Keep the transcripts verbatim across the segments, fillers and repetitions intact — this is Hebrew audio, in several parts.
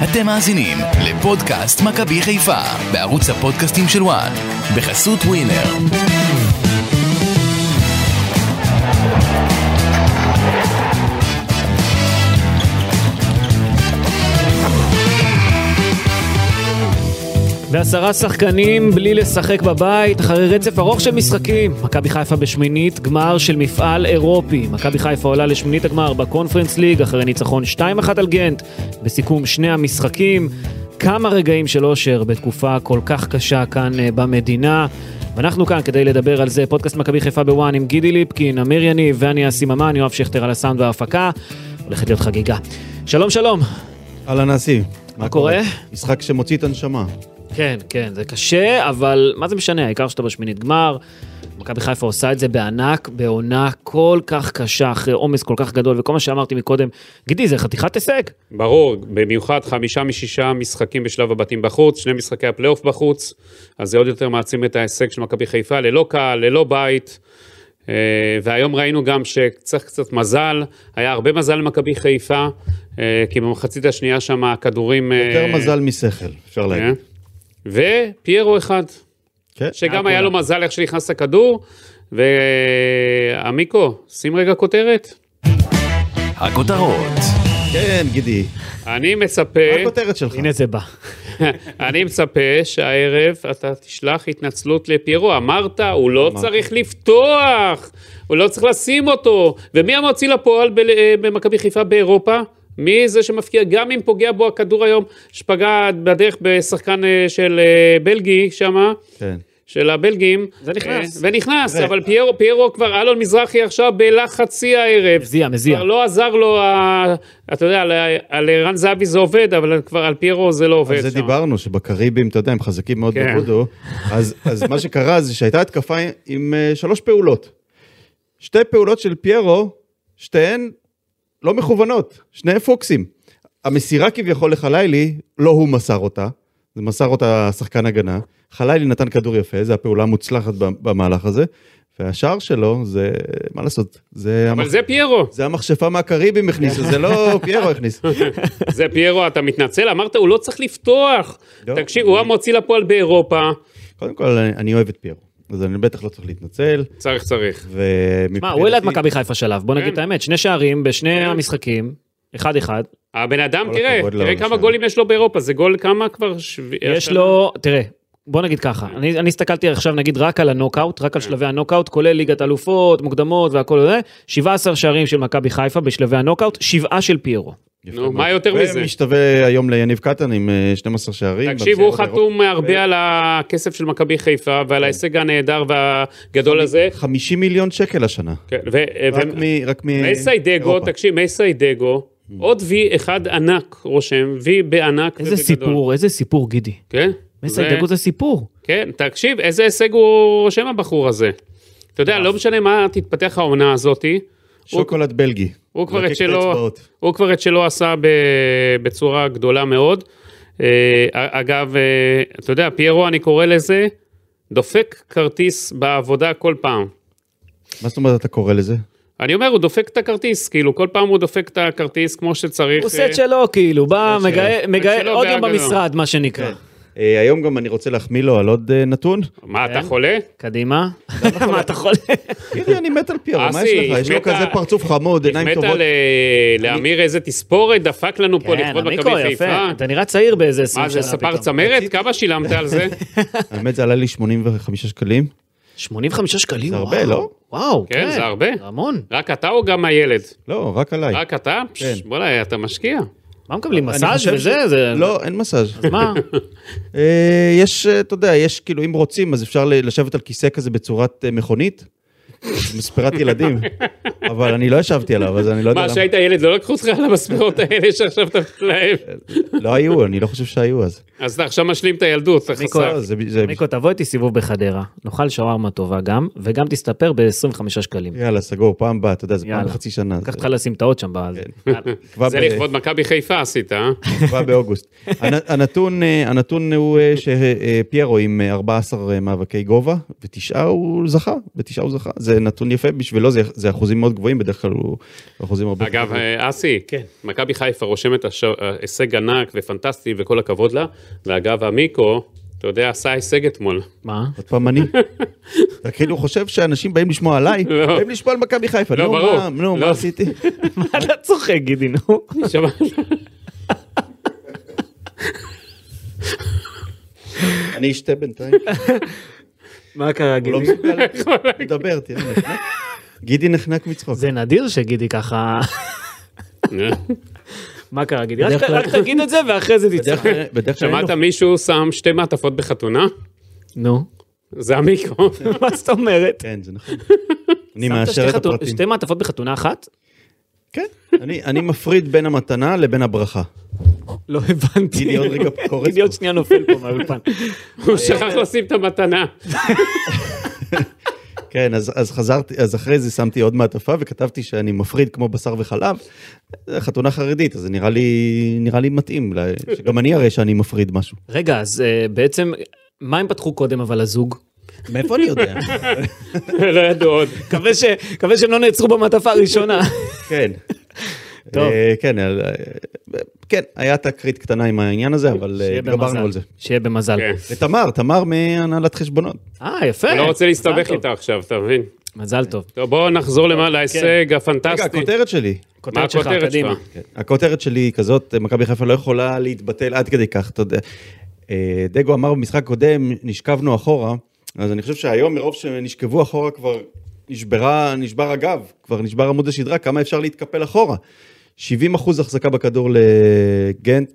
אתם מאזינים לפודקאסט מכבי חיפה בערוץ הפודקאסטים של וואן בחסות ווינר. ועשרה שחקנים בלי לשחק בבית אחרי רצף ארוך של משחקים. מכבי חיפה בשמינית גמר של מפעל אירופי. מכבי חיפה עולה לשמינית הגמר בקונפרנס ליג אחרי ניצחון שתיים אחת על גנט. בסיכום שני המשחקים, כמה רגעים של אושר בתקופה כל כך קשה כאן במדינה. ואנחנו כאן כדי לדבר על זה. פודקאסט מכבי חיפה בוואן עם גידי ליפקין, אמיר יניב ואני אסיממן, יואב שכטר על הסאונד וההפקה. הולכת להיות חגיגה. שלום שלום. אהלן אסי. מה קורה? משחק שמוציא את הנשמה. כן, כן, זה קשה, אבל מה זה משנה? העיקר שאתה בשמינית גמר, מכבי חיפה עושה את זה בענק, בעונה כל כך קשה, אחרי עומס כל כך גדול, וכל מה שאמרתי מקודם, גידי, זה חתיכת הישג. ברור, במיוחד חמישה משישה משחקים בשלב הבתים בחוץ, שני משחקי הפלייאוף בחוץ, אז זה עוד יותר מעצים את ההישג של מכבי חיפה, ללא קהל, ללא בית, והיום ראינו גם שצריך קצת מזל, היה הרבה מזל למכבי חיפה, כי במחצית השנייה שם הכדורים... יותר מזל משכל, אפשר להגיד. ופיירו אחד, כן. שגם היה לו מזל איך שנכנס הכדור, ועמיקו, שים רגע כותרת. הכותרות. כן, גידי. אני מצפה... מה הכותרת שלך? הנה זה בא. אני מצפה שהערב אתה תשלח התנצלות לפיירו. אמרת, הוא לא צריך לפתוח, הוא לא צריך לשים אותו. ומי המוציא לפועל במכבי חיפה באירופה? מי זה שמפקיע, גם אם פוגע בו הכדור היום, שפגע בדרך בשחקן של בלגי שמה, כן. של הבלגים, זה נכנס. ונכנס, ו... אבל פיירו, פיירו כבר, אלון מזרחי עכשיו בלחצי הערב. מזיע, מזיע. כבר לא עזר לו, ה... אתה יודע, על, על ערן זהבי זה עובד, אבל כבר על פיירו זה לא עובד. על זה שם. דיברנו, שבקריבים, אתה יודע, הם חזקים מאוד כן. בבודו, אז, אז מה שקרה זה שהייתה התקפה עם uh, שלוש פעולות. שתי פעולות של פיירו, שתיהן, לא מכוונות, שני פוקסים. המסירה כביכול לחלילי, לא הוא מסר אותה, זה מסר אותה שחקן הגנה, חלילי נתן כדור יפה, זה הפעולה המוצלחת במהלך הזה, והשאר שלו, זה, מה לעשות? זה אבל המח... זה פיירו. זה המחשפה מהקריבים הכניס, זה לא פיירו הכניס. זה פיירו, אתה מתנצל, אמרת, הוא לא צריך לפתוח. לא, תקשיב, אני... הוא המוציא לפועל באירופה. קודם כל, אני, אני אוהב את פיירו. אז אני בטח לא צריך להתנצל. צריך, צריך. מה, הוא העלה את מכבי חיפה שלב, בוא נגיד את האמת, שני שערים בשני המשחקים, אחד אחד. הבן אדם, תראה, תראה כמה גולים יש לו באירופה, זה גול כמה כבר... יש לו, תראה, בוא נגיד ככה, אני הסתכלתי עכשיו נגיד רק על הנוקאוט, רק על שלבי הנוקאוט, כולל ליגת אלופות, מוקדמות והכל הזה, שבעה עשר שערים של מכבי חיפה בשלבי הנוקאוט, שבעה של פיירו. נו, מה יותר מזה? ומשתווה היום ליניב קטן עם שנים עשר שערים. תקשיב, הוא חתום הרבה על הכסף של מכבי חיפה, ועל ההישג הנהדר והגדול הזה. חמישים מיליון שקל השנה. רק מייסיידגו, תקשיב, מייסיידגו, עוד וי אחד ענק רושם, וי בענק. איזה סיפור, איזה סיפור גידי. כן? מייסיידגו זה סיפור. כן, תקשיב, איזה הישג הוא רושם הבחור הזה. אתה יודע, לא משנה מה תתפתח העונה הזאתי, שוקולד בלגי. הוא כבר את שלו, הוא כבר את שלו עשה בצורה גדולה מאוד. אגב, אתה יודע, פיירו אני קורא לזה, דופק כרטיס בעבודה כל פעם. מה זאת אומרת אתה קורא לזה? אני אומר, הוא דופק את הכרטיס, כאילו, כל פעם הוא דופק את הכרטיס כמו שצריך. הוא עושה את שלו, כאילו, בא, מגאה, עוד יום במשרד, מה שנקרא. היום גם אני רוצה להחמיא לו על עוד נתון. מה, אתה חולה? קדימה. מה, אתה חולה? תראי, אני מת על פיירו, מה יש לך? יש לו כזה פרצוף חמוד, עיניים טובות. החמאת לאמיר איזה תספורת, דפק לנו פה לכבוד מכבי חיפה. אתה נראה צעיר באיזה עשרים שנה. מה, זה ספר צמרת? כמה שילמת על זה? האמת, זה עלה לי שמונים וחמישה שקלים. שמונים וחמישה שקלים? זה הרבה, לא? וואו, כן, זה הרבה. המון. רק אתה או גם הילד? לא, רק עליי. רק אתה? בוא'לה, אתה משקיע. מה מקבלים? מסאז' וזה? לא, אין מסאז'. אז מה? יש, אתה יודע, יש כאילו, אם רוצים, אז אפשר לשבת על כיסא כזה בצורת מכונית, מספרת ילדים, אבל אני לא ישבתי עליו, אז אני לא יודע למה. מה, שהיית ילד, לא לקחו אותך על המספרות האלה שעכשיו אתה מתלהם? לא היו, אני לא חושב שהיו אז. אז אתה עכשיו משלים את הילדות, אתה חסר. מיקו, תבוא איתי סיבוב בחדרה, נאכל שווארמה טובה גם, וגם תסתפר ב-עשרים וחמישה שקלים. יאללה, סגור, פעם באה, אתה יודע, זה פעם בחצי שנה. קח לך לשים תאות שם באז. זה לכבוד מכבי חיפה עשית, אה? כבר באוגוסט. הנתון הוא שפיירו עם ארבעה עשר מאבקי גובה, ותשעה הוא זכה, ותשעה הוא זכה. זה נתון יפה, בשבילו זה, זה אחוזים מאוד גבוהים, בדרך כלל הוא אחוזים הרבה... אגב, אסי, כן. מכבי חיפה רושמת הישג ענק ופנטסטי וכל הכבוד לה, ואגב, המיקו, אתה יודע, עשה הישג אתמול. מה? עוד פעם אני? אתה כאילו חושב שאנשים באים לשמוע עליי, באים לשמוע על מכבי חיפה, לא, נו, ברור. מה, נו, מה עשיתי? מה אתה צוחק, גידי, נו? שמעת? אני אשתה בינתיים. מה קרה, הוא לא גידי? מסוגל לדבר, תראה, נחנק. גידי נחנק מצחוק. זה נדיר שגידי ככה... מה קרה, גידי? רק רק תגיד את זה, ואחרי זה תצטרך. בדרך כלל... שמעת מישהו שם שתי מעטפות בחתונה? נו. זה המיקרו. מה זאת אומרת? כן, זה נכון. אני מאשר את הפרטים. שתי מעטפות בחתונה אחת? כן, אני מפריד בין המתנה לבין הברכה. לא הבנתי. גידי עוד רגע קורס גידי עוד שנייה נופל פה מהאולפן. הוא שכח לשים את המתנה. כן, אז, אז חזרתי, אז אחרי זה שמתי עוד מעטפה וכתבתי שאני מפריד כמו בשר וחלב. חתונה חרדית, אז זה נראה לי, נראה לי מתאים, שגם אני אראה שאני מפריד משהו. רגע, אז בעצם, מה הם פתחו קודם אבל הזוג? מאיפה אני יודע? לא ידעו עוד. מקווה שהם לא נעצרו במעטפה הראשונה. כן. טוב. כן, כן, היה תקרית קטנה עם העניין הזה, אבל התגברנו על זה. שיהיה במזל. ותמר, תמר מהנהלת חשבונות. אה, יפה. הוא לא רוצה להסתבך איתה עכשיו, אתה מבין? מזל טוב. טוב, בואו נחזור להישג הפנטסטי. רגע, הכותרת שלי. מה הכותרת שלך? הכותרת שלי היא כזאת, מכבי חיפה לא יכולה להתבטל עד כדי כך, אתה יודע. דגו אמר במשחק קודם, נשכבנו אחורה, אז אני חושב שהיום מרוב שנשכבו אחורה כבר נשברה, נשבר הגב, כבר נשבר עמוד השדרה, כמה אפשר להתקפל אחורה. שבעים אחוז החזקה בכדור לגנט,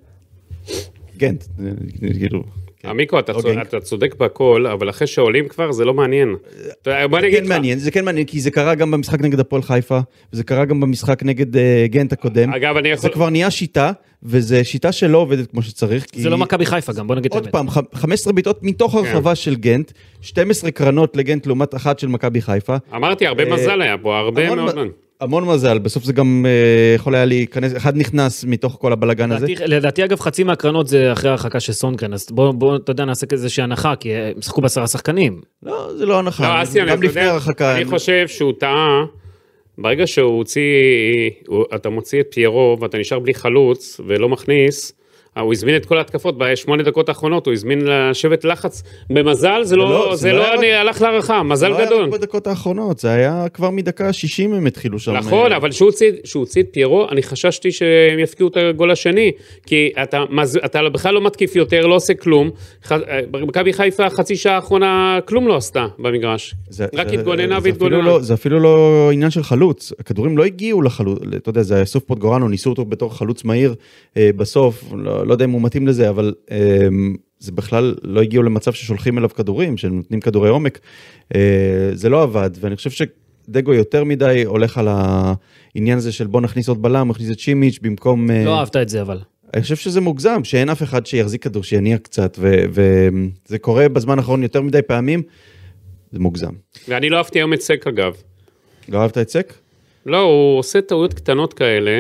גנט, כאילו. עמיקו, אתה צודק בכל, אבל אחרי שעולים כבר זה לא מעניין. זה כן מעניין, זה כן מעניין, כי זה קרה גם במשחק נגד הפועל חיפה, וזה קרה גם במשחק נגד גנט הקודם. אגב, אני יכול... זה כבר נהיה שיטה, וזו שיטה שלא עובדת כמו שצריך. זה לא מכבי חיפה גם, בוא נגיד את עוד פעם, חמש עשרה ביתות מתוך הרחבה של גנט, שתים עשרה קרנות לגנט לעומת אחת של מכבי חיפה. אמרתי, הרבה מזל היה פה, הרבה מאוד. המון מזל, בסוף זה גם יכול היה להיכנס, אחד נכנס מתוך כל הבלגן הזה. לדעתי אגב חצי מהקרנות זה אחרי הרחקה של סונגרן, אז בואו, אתה יודע, נעשה איזושהי הנחה, כי הם משחקו בעשרה שחקנים. לא, זה לא הנחה. לא, אסי, אני חושב שהוא טעה, ברגע שהוא הוציא, אתה מוציא את פיירו, ואתה נשאר בלי חלוץ, ולא מכניס, הוא הזמין את כל ההתקפות, בשמונה דקות האחרונות, הוא הזמין לשבת לחץ, במזל זה לא, זה לא הלך להערכה, מזל גדול. זה לא היה בדקות האחרונות, זה היה כבר מדקה שישים הם התחילו שם. נכון, אבל שהוא הוציא את פיירו, אני חששתי שהם יפקיעו את הגול השני, כי אתה בכלל לא מתקיף יותר, לא עושה כלום, מכבי חיפה חצי שעה האחרונה, כלום לא עשתה במגרש, רק התגוננה והתגוננה. זה אפילו לא עניין של חלוץ, הכדורים לא הגיעו לחלוץ, אתה יודע, זה סוף פוטגורנו, ניסו אותו בתור חלוץ מהיר, בסוף, לא לא יודע אם הוא מתאים לזה, אבל אה, זה בכלל לא הגיעו למצב ששולחים אליו כדורים, שנותנים כדורי עומק, אה, זה לא עבד, ואני חושב שדגו יותר מדי הולך על העניין הזה של בוא נכניס עוד בלם, נכניס את שימיץ' במקום... אה, לא אהבת את זה אבל. אני חושב שזה מוגזם, שאין אף אחד שיחזיק כדור, שיניע קצת, וזה קורה בזמן האחרון יותר מדי פעמים, זה מוגזם. ואני לא אהבתי היום את סק אגב. לא אהבת את סק? לא, הוא עושה טעויות קטנות כאלה,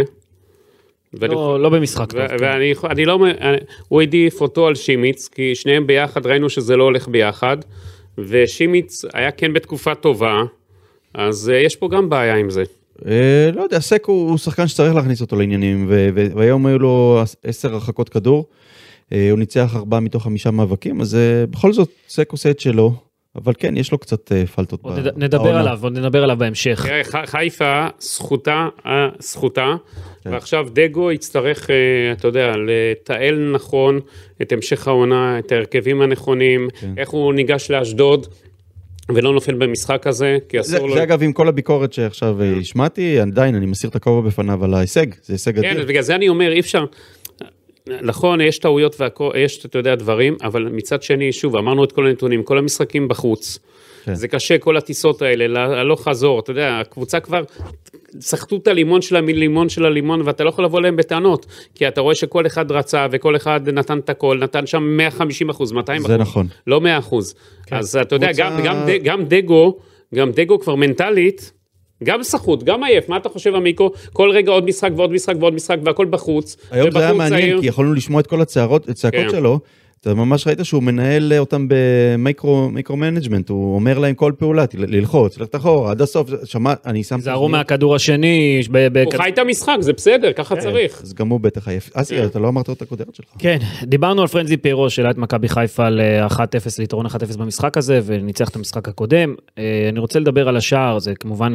לא, לא במשחק. ואני, אני לא, הוא העדיף אותו על שימיץ, כי שניהם ביחד ראינו שזה לא הולך ביחד, ושימיץ היה כן בתקופה טובה, אז יש פה גם בעיה עם זה. לא יודע, סק הוא שחקן שצריך להכניס אותו לעניינים, והיום היו לו עשר הרחקות כדור, הוא ניצח ארבעה מתוך חמישה מאבקים, אז בכל זאת סק עושה את שלו, אבל כן, יש לו קצת פלטות בעונה. נדבר עליו, עוד נדבר עליו בהמשך. חיפה, זכותה, זכותה, ועכשיו דגו יצטרך, אתה יודע, לתעל נכון את המשך העונה, את ההרכבים הנכונים, איך הוא ניגש לאשדוד, ולא נופל במשחק הזה, כי אסור לו... זה אגב עם כל הביקורת שעכשיו השמעתי, עדיין אני מסיר את הכובע בפניו על ההישג, זה הישג אדיר. כן, בגלל זה אני אומר, אי אפשר... נכון, יש טעויות ויש, אתה יודע, דברים, אבל מצד שני, שוב, אמרנו את כל הנתונים, כל המשחקים בחוץ, כן. זה קשה, כל הטיסות האלה, הלוך חזור, אתה יודע, הקבוצה כבר, שחטו את הלימון של הלימון של הלימון, ואתה לא יכול לבוא להם בטענות, כי אתה רואה שכל אחד רצה, וכל אחד נתן את הכל, נתן שם מאה וחמישים אחוז, מאתיים אחוז. זה נכון. לא מאה אחוז. כן. אז אתה יודע, קבוצה... גם, גם, גם דגו, גם דגו כבר מנטלית, גם סחוט, גם עייף, מה אתה חושב עמיקו? כל רגע עוד משחק ועוד משחק ועוד משחק והכל בחוץ. היום זה היה מעניין, כי יכולנו לשמוע את כל הצעקות שלו, אתה ממש ראית שהוא מנהל אותם במיקרו-מנג'מנט, הוא אומר להם כל פעולה, ללחוץ, ללכת אחורה, עד הסוף, שמע, אני שם... זהרו מהכדור השני. הוא חי את המשחק, זה בסדר, ככה צריך. אז גם הוא בטח עייף. אסי, אתה לא אמרת את הכותרת שלך. כן, דיברנו על פרנזי פיירו, שאלה את מכבי חיפה ל-אחת אפס, ליתרון אחת אפס במשחק הזה, וניצח את המשחק הקודם. אני רוצה לדבר על השער, זה כמובן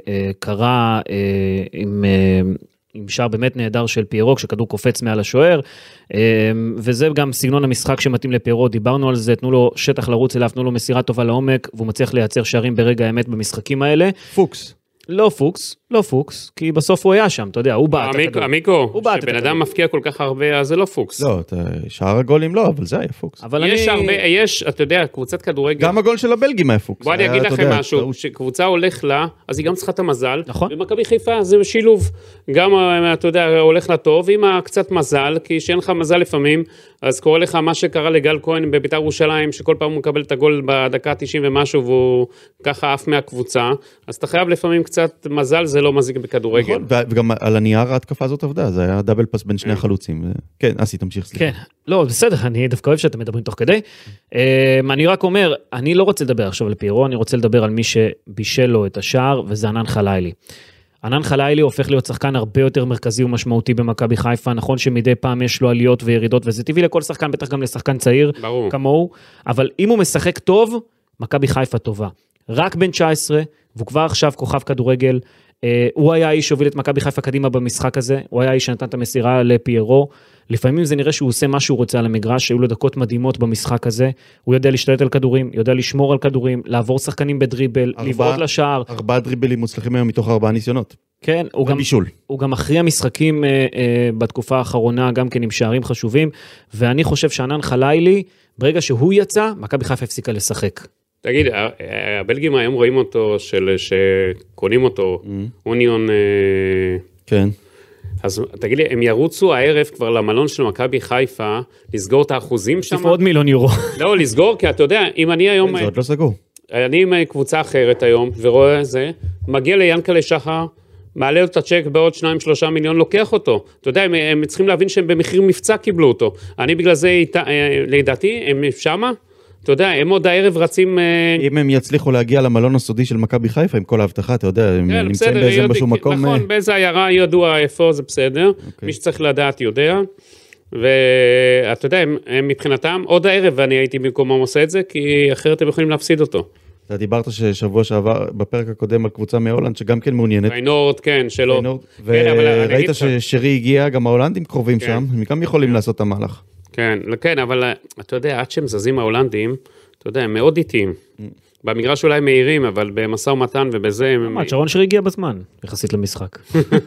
קרה עם... עם שער באמת נהדר של פיירו, כשכדור קופץ מעל השוער, וזה גם סגנון המשחק שמתאים לפיירו, דיברנו על זה, תנו לו שטח לרוץ אליו, תנו לו מסירה טובה לעומק, והוא מצליח לייצר שערים ברגע האמת במשחקים האלה. פוקס. לא פוקס, לא פוקס, כי בסוף הוא היה שם, אתה יודע, הוא בעט את הכדור. עמיקו, שבן אדם מפקיע כל כך הרבה, אז זה לא פוקס. לא, שער הגולים לא, אבל זה היה פוקס. יש הרבה, יש, אתה יודע, קבוצת כדורגל. גם הגול של הבלגים היה פוקס. בוא אני אגיד לכם משהו, שקבוצה הולך לה, אז היא גם צריכה את המזל. נכון. ומכבי חיפה זה שילוב. גם, אתה יודע, הולך לה טוב, עם קצת מזל, כי שאין לך מזל לפעמים, אז קורא לך מה שקרה לגל כהן בבית"ר ירושלים, שכל פעם הוא מקבל את הגול בדקה תשעים ומשהו, והוא ככה עף מהקבוצה, אז אתה חייב לפעמים קצת מזל, זה לא מזיק בכדורגל. נכון, וגם על הנייר ההתקפה הזאת עבדה, זה היה דאבל פס בין שני החלוצים. כן, אסי, תמשיך, סליחה. כן, לא, בסדר, אני דווקא אוהב שאתם מדברים תוך כדי. אני רק אומר, אני לא רוצה לדבר עכשיו על פיירו, אני רוצה לדבר על מי שבישל לו את השער, וזה ענן חלילי. ענן חלילי הופך להיות שחקן הרבה יותר מרכזי ומשמעותי במכבי חיפה, נכון שמדי פעם יש לו עליות וירידות, וזה טבעי לכל שחקן, בטח גם לשחקן צעיר, ברור. כמוהו, אבל אם הוא משחק טוב, מכבי חיפה טובה. רק בן תשע עשרה, והוא כבר עכשיו כוכב כדורגל, הוא היה האיש שהוביל את מכבי חיפה קדימה במשחק הזה, הוא היה האיש שנתן את המסירה לפיירו, לפעמים זה נראה שהוא עושה מה שהוא רוצה על המגרש, שהיו לו דקות מדהימות במשחק הזה, הוא יודע להשתלט על כדורים, יודע לשמור על כדורים, לעבור שחקנים בדריבל, לבעוט לשער. ארבעה דריבלים מוצלחים היום מתוך ארבעה ניסיונות. כן, הוא גם, הוא גם מכריע משחקים אה, אה, בתקופה האחרונה, גם כן עם שערים חשובים, ואני חושב שענן חלילי, ברגע שהוא יצא, מכבי חיפה הפסיקה לשחק. תגיד, הבלגים היום רואים אותו, של, שקונים אותו, אוניון... כן. אז תגיד לי, הם ירוצו הערב כבר למלון של מכבי חיפה, לסגור את האחוזים שם? תפעו עוד מיליון יורו. לא, לסגור, כי אתה יודע, אם אני היום... זה עוד לא סגור. אני עם קבוצה אחרת היום, ורואה זה, מגיע ליאנקלה שחר, מעלה את הצ'ק בעוד שניים, שלושה מיליון, לוקח אותו. אתה יודע, הם, הם צריכים להבין שהם במחיר מבצע קיבלו אותו. אני בגלל זה, לדעתי, הם שמה, אתה יודע, הם עוד הערב רצים... אם הם יצליחו להגיע למלון הסודי של מכבי חיפה, עם כל ההבטחה, אתה יודע, הם כן, נמצאים בסדר, באיזה יודע, משהו מקום... נכון, באיזה עיירה ידוע איפה, זה בסדר. Okay. מי שצריך לדעת יודע. ואתה יודע, הם, הם מבחינתם, עוד הערב, ואני הייתי במקומם עושה את זה, כי אחרת הם יכולים להפסיד אותו. אתה דיברת ששבוע שעבר, בפרק הקודם על קבוצה מהולנד, שגם כן מעוניינת. ריינורד, כן, שלא. וראית ששרי הגיע, גם ההולנדים קרובים שם, הם גם יכולים לעשות את המהלך. כן, כן, אבל אתה יודע, עד שהם זזים ההולנדים, אתה יודע, הם מאוד איטיים. במגרש אולי מהירים, אבל במשא ומתן ובזה... שרון שרי הגיע בזמן, יחסית למשחק.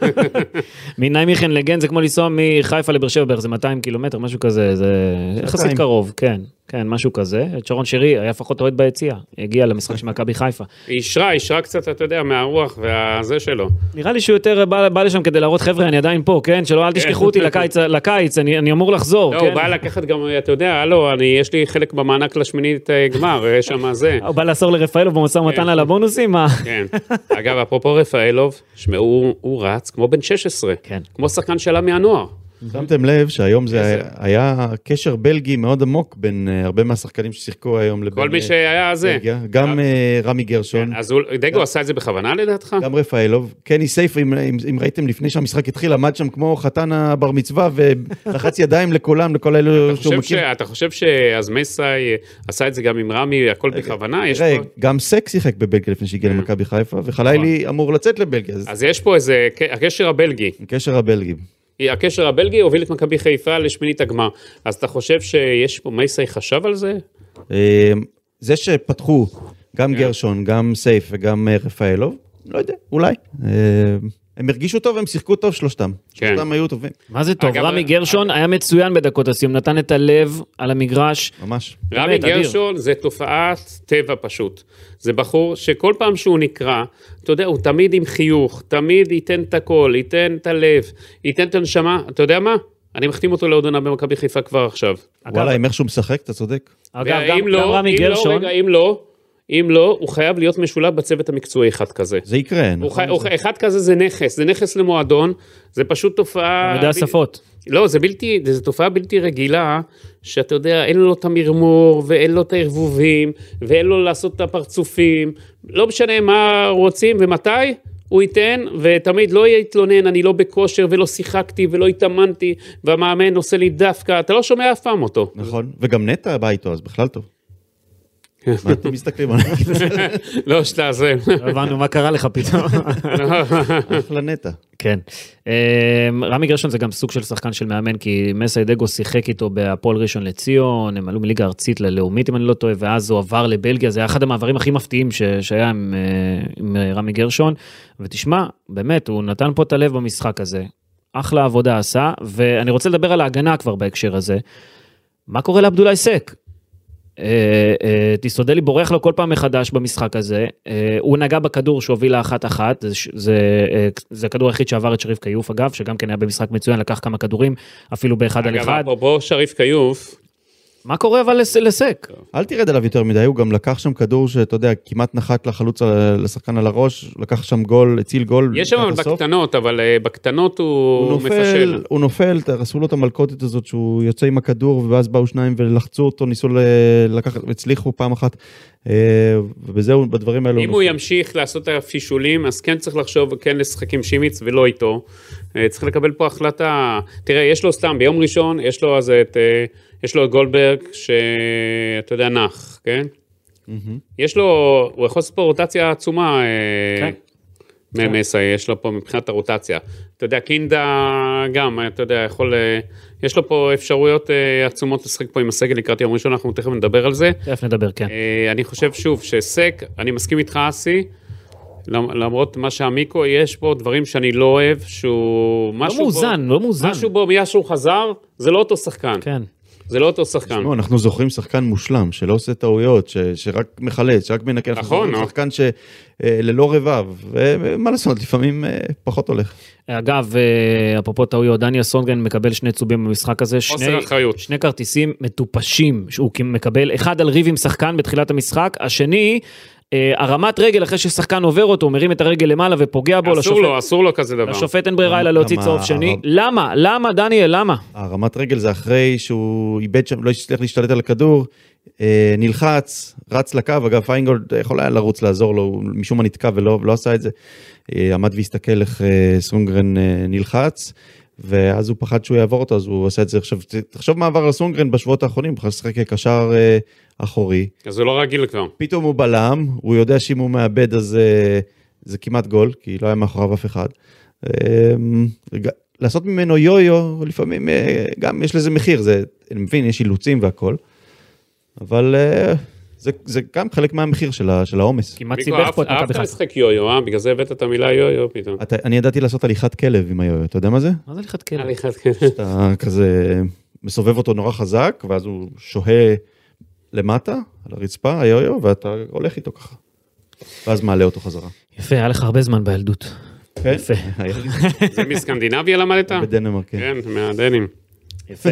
מנאי מיכן לגן, זה כמו לנסוע מחיפה לבאר שבע, זה מאתיים קילומטר, משהו כזה, זה יחסית קרוב, כן. כן, משהו כזה. שרון שרי היה פחות אוהד ביציאה, הגיע למשחק של מכבי חיפה. אישרה, אישרה קצת, אתה יודע, מהרוח והזה שלו. נראה לי שהוא יותר בא, בא לשם כדי להראות, חבר'ה, אני עדיין פה, כן? שלא, אל תשכחו אותי לקיץ, לקיץ, אני, אני אמור לחזור, לא, כן? הוא בא לקחת גם, אתה יודע, הלו, אני, יש לי חלק במענק לשמינית גמר, יש שם זה. הוא בא לעשור לרפאלוב במשא ומתן על הבונוסים, מה? כן. אגב, אפרופו רפאלוב, שמעו, הוא רץ כמו בן שש עשרה. כן. כמו שחקן שלה מהנוער. שמתם לב שהיום זה היה קשר בלגי מאוד עמוק בין הרבה מהשחקנים ששיחקו היום לבין... כל מי שהיה זה. גם רמי גרשון. אז דגו עשה את זה בכוונה לדעתך? גם רפאלוב. קני סייף, אם ראיתם לפני שהמשחק התחיל, עמד שם כמו חתן הבר מצווה ולחץ ידיים לכולם, לכל אלו שהוא מכיר. אתה חושב שאז מסי עשה את זה גם עם רמי, הכל בכוונה? גם סק שיחק בבלגיה לפני שהגיע למכבי חיפה, וחלילי אמור לצאת לבלגיה. אז יש פה איזה, הקשר הבלגי. הקשר הבלגי. הקשר הבלגי הוביל את מכבי חיפה לשמינית הגמר. אז אתה חושב שיש פה מייסי חשב על זה? זה שפתחו גם גרשון, גם סייף וגם רפאלוב, לא יודע, אולי. הם הרגישו טוב, הם שיחקו טוב שלושתם. שלושתם היו טובים. מה זה טוב? רמי גרשון היה מצוין בדקות הסיום, נתן את הלב על המגרש. ממש. רמי גרשון זה תופעת טבע פשוט. זה בחור שכל פעם שהוא נקרא, אתה יודע, הוא תמיד עם חיוך, תמיד ייתן את הכל, ייתן את הלב, ייתן את הנשמה, אתה יודע מה? אני מחתים אותו לעוד עונה במכבי חיפה כבר עכשיו. וואלה, אם איך שהוא משחק, אתה צודק. אגב, גם רמי גרשון. רגע, אם לא, אם לא, הוא חייב להיות משולב בצוות המקצועי אחד כזה. זה יקרה. הוא חי... הוא... אחד כזה זה נכס, זה נכס למועדון, זה פשוט תופעה... יודע שפות. לא, זה בלתי, זה תופעה בלתי רגילה, שאתה יודע, אין לו את המרמור, ואין לו את הערבובים, ואין לו לעשות את הפרצופים, לא משנה מה רוצים ומתי, הוא ייתן, ותמיד לא יתלונן, אני לא בכושר, ולא שיחקתי, ולא התאמנתי, והמאמן עושה לי דווקא, אתה לא שומע אף פעם אותו. נכון, וגם נטע בא איתו, אז בכלל טוב. מה אתם מסתכלים עליו? לא, שאתה זה. לא הבנו מה קרה לך פתאום. אחלה נטע. כן. רמי גרשון זה גם סוג של שחקן של מאמן, כי מסיידגו שיחק איתו בהפועל ראשון לציון, הם עלו מליגה ארצית ללאומית, אם אני לא טועה, ואז הוא עבר לבלגיה, זה היה אחד המעברים הכי מפתיעים שהיה עם, עם רמי גרשון, ותשמע, באמת, הוא נתן פה את הלב במשחק הזה, אחלה עבודה עשה, ואני רוצה לדבר על ההגנה כבר בהקשר הזה. מה קורה לעבדולאי סק? תיסודלי בורח לו כל פעם מחדש במשחק הזה, הוא נגע בכדור שהוביל לאחת אחת, זה הכדור היחיד שעבר את שריף קיוף אגב, שגם כן היה במשחק מצוין, לקח כמה כדורים, אפילו באחד על אחד. אגב, בוא שריף קיוף. מה קורה אבל לסק? אל תרד עליו יותר מדי, הוא גם לקח שם כדור שאתה יודע, כמעט נחת לחלוץ לשחקן על הראש, לקח שם גול, הציל גול. יש שם בקטנות, אבל בקטנות הוא מפשל. הוא נופל, עשו לו את המלכודת הזאת שהוא יוצא עם הכדור, ואז באו שניים ולחצו אותו, ניסו לקחת, הצליחו פעם אחת, ובזהו, בדברים האלו. אם הוא ימשיך לעשות את הפישולים, אז כן צריך לחשוב, כן לשחק עם שימיץ ולא איתו. צריך לקבל פה החלטה, תראה, יש לו סתם, ביום ראשון, יש לו אז את... יש לו את גולדברג, שאתה יודע, נח, כן? יש לו, הוא יכול לעשות פה רוטציה עצומה, ממסע, יש לו פה מבחינת הרוטציה. אתה יודע, קינדה גם, אתה יודע, יכול, יש לו פה אפשרויות עצומות לשחק פה עם הסגל לקראת יום ראשון, אנחנו תכף נדבר על זה. תכף נדבר, כן. אני חושב שוב, שסק, אני מסכים איתך, אסי, למרות מה שהמיקו, יש פה דברים שאני לא אוהב, שהוא... לא מאוזן, לא מאוזן. משהו בו, מיה שהוא חזר, זה לא אותו שחקן. כן. זה לא אותו שחקן. לא, אנחנו זוכרים שחקן מושלם, שלא עושה טעויות, ש, שרק מחלץ, שרק מנקה. נכון, נכון. שחקן שללא רבב, ומה לעשות, לפעמים פחות הולך. אגב, אפרופו טעויות, דניאל סונגרן מקבל שני צהובים במשחק הזה, שני, שני כרטיסים מטופשים, שהוא מקבל, אחד על ריב עם שחקן בתחילת המשחק, השני... הרמת רגל אחרי ששחקן עובר אותו, הוא מרים את הרגל למעלה ופוגע בו. אסור לו, אסור לו כזה דבר. לשופט אין ברירה אלא להוציא צהוב שני. למה? למה, דניאל, למה? הרמת רגל זה אחרי שהוא איבד שם, לא הצליח להשתלט על הכדור, נלחץ, רץ לקו, אגב פיינגולד יכול היה לרוץ לעזור לו, משום מה נתקע ולא עשה את זה, עמד והסתכל איך סונגרן נלחץ, ואז הוא פחד שהוא יעבור אותו, אז הוא עושה את זה. עכשיו, תחשוב מה עבר על סונגרן בשבועות האחרונים, בכלל שחק כקשר אחורי. אז הוא לא רגיל כבר. פתאום הוא בלם, הוא יודע שאם הוא מאבד, אז זה כמעט גול, כי לא היה מאחוריו אף אחד. לעשות ממנו יו-יו, לפעמים גם יש לזה מחיר, זה, אני מבין, יש אילוצים והכל, אבל... זה, זה גם חלק מהמחיר של העומס. כמעט סיבך פה את מכבי חיפה. אהבת לשחק יו-יו, אה? בגלל זה הבאת את המילה יו-יו פתאום. אתה, אני ידעתי לעשות הליכת כלב עם היו-יו, אתה יודע מה זה? מה זה הליכת כלב? הליכת כלב. שאתה כזה מסובב אותו נורא חזק, ואז הוא שוהה למטה, על הרצפה, היו-יו, ואתה הולך איתו ככה. ואז מעלה אותו חזרה. יפה, היה לך הרבה זמן בילדות. כן? יפה. זה מסקנדינביה למדת? בדנמרק, כן. כן, מהדנים. יפה.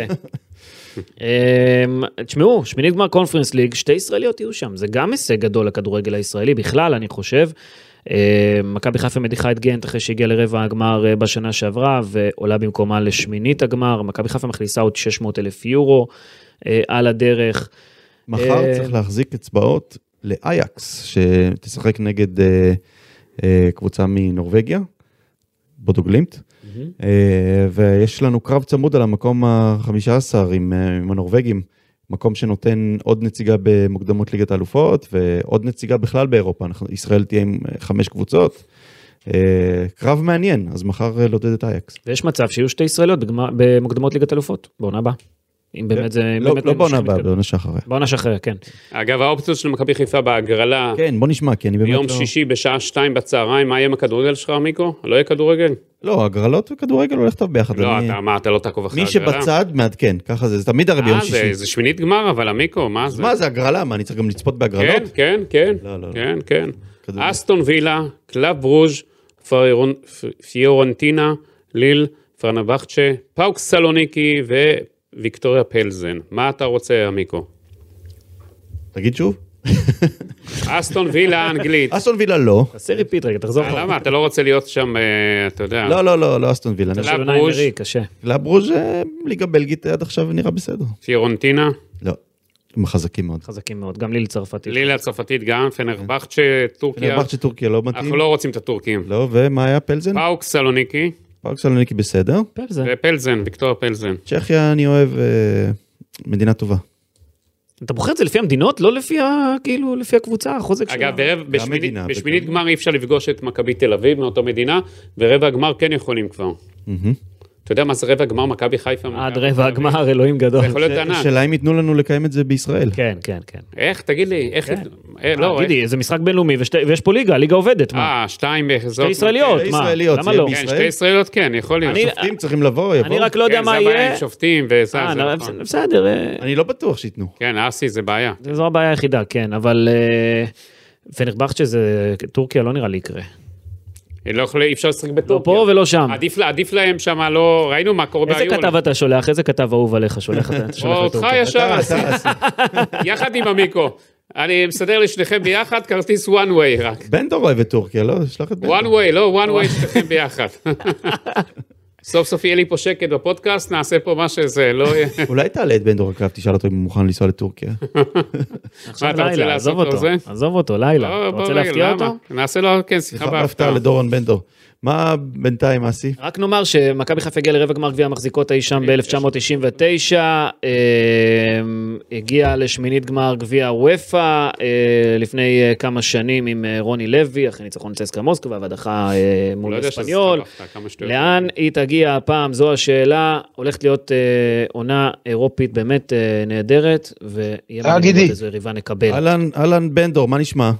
תשמעו, שמינית גמר קונפרנס ליג, שתי ישראליות יהיו שם, זה גם הישג גדול לכדורגל הישראלי, בכלל אני חושב, מכבי חיפה מדיחה את גנט אחרי שהגיע לרבע הגמר בשנה שעברה, ועולה במקומה לשמינית הגמר, מכבי חיפה מכניסה עוד שש מאות אלף יורו על הדרך. מחר צריך להחזיק אצבעות לאייקס, שתשחק נגד קבוצה מנורווגיה, בודו גלימט, ויש לנו קרב צמוד על המקום ה-חמישה עשר עם הנורווגים, מקום שנותן עוד נציגה במוקדמות ליגת האלופות, ועוד נציגה בכלל באירופה, ישראל תהיה עם חמש קבוצות, קרב מעניין, אז מחר לעודד את אייקס. ויש מצב שיהיו שתי ישראליות במוקדמות ליגת האלופות, בעונה הבאה. אם באמת זה... לא בעונה הבאה, בעונה שאחריה. בעונה שאחריה, כן. אגב, האופציות של מכבי חיפה בהגרלה... כן, בוא נשמע, כי אני באמת לא... ביום שישי בשעה שתיים בצהריים, מה יהיה עם הכדורגל שלך, מיקו? לא יהיה כדורגל? לא, הגרלות וכדורגל הולך טוב ביחד. לא, אתה מה, אתה לא תעקוב אחרי הגרלה? מי שבצד מעדכן, ככה זה, זה תמיד הרי ביום שישי. זה שמינית גמר, אבל המיקו, מה זה? מה זה הגרלה? מה, אני צריך גם לצפות בהגרלות? כן, כן, כן. כן, כן. אסטון וילה, קלאב ברוז', פיורנטינה, ליל, פרנבחצ'ה, פאוק סלוניקי ו... ויקטוריה פלזן. מה אתה רוצה, אמיקו? תגיד שוב. אסטון וילה אנגלית. אסטון וילה לא. תעשה ריפיט רגע, תחזור. למה? אתה לא רוצה להיות שם, אתה יודע. לא, לא, לא, לא אסטון וילה. ברוז'. קשה. לברוז' ליגה בלגית עד עכשיו נראה בסדר. פיורנטינה. לא. הם חזקים מאוד. חזקים מאוד, גם ליל צרפתית. ליל הצרפתית גם, פנרבחצ'ה, טורקיה. פנרבחצ'ה טורקיה לא מתאים. אנחנו לא רוצים את הטורקים. לא, ומה היה פלזן? פאוק סלוניקי. פאוק סלוניקי בסדר. פלזן. ופלזן, ויקטור פלזן. צ'כיה אני אוהב מדינה טובה. אתה בוחר את זה לפי המדינות, לא לפי, כאילו, לפי הקבוצה, החוזק שלה. אגב, בשמינית גמר אי אפשר לפגוש את מכבי תל אביב מאותו מדינה, ורבע הגמר כן יכולים כבר. אתה יודע מה זה רבע הגמר מכבי חיפה? עד רבע הגמר, אלוהים גדול. זה יכול להיות ענק. שאלה אם ייתנו לנו לקיים את זה בישראל. כן, כן, כן. איך? תגיד לי, איך... תגידי, זה משחק בינלאומי, ויש פה ליגה, ליגה עובדת, מה? אה, שתיים באזור. שתי ישראליות, מה? למה לא? כן, שתי ישראליות, כן, יכול להיות. שופטים צריכים לבוא, יבוא. אני רק לא יודע מה כן, זה יהיה. הבעיה עם שופטים, וזה... בסדר. אני לא בטוח שיתנו. כן, אסי זה בעיה. זו הבעיה היחידה, כן, אבל פנרבחצ'ה זה, טורקיה לא נראה לי יקרה. לא יכול, אי אפשר לשחק בטורקיה. לא פה ולא שם. עדיף, עדיף להם שם, לא, ראינו מה קורה באיזה כתב אתה שולח? איזה כתב אהוב עליך שולח אתה? אותך ישר, יחד עם המיקו. אני מסדר לשניכם ביחד, כרטיס one way רק. בנדור אוהב את טורקיה, לא? שלח את בנדור. one way, לא, one way שניכם ביחד. סוף סוף יהיה לי פה שקט בפודקאסט, נעשה פה מה שזה, לא יהיה... אולי תעלה את בנדור הקרב, תשאל אותו אם הוא מוכן לנסוע לטורקיה. עכשיו לילה, עזוב אותו, עזוב אותו, לילה. אתה רוצה להפתיע אותו? נעשה לו, כן, שיחה בהפתעה לדורון בנדור. מה בינתיים, אסי? רק נאמר שמכבי חיפה הגיעה לרבע גמר גביע המחזיקות אי שם ב-אלף תשע מאות תשעים ותשע, הגיעה לשמינית גמר גביע הוופא לפני כמה שנים עם רוני לוי, אחרי ניצחון צסקה מוסקבה והדחה מול אספניול. לאן היא תגיע הפעם? זו השאלה. הולכת להיות עונה אירופית באמת נהדרת, ויהיה מעניין לראות איזו יריבה נקבל. אהלן בנדור, מה נשמע?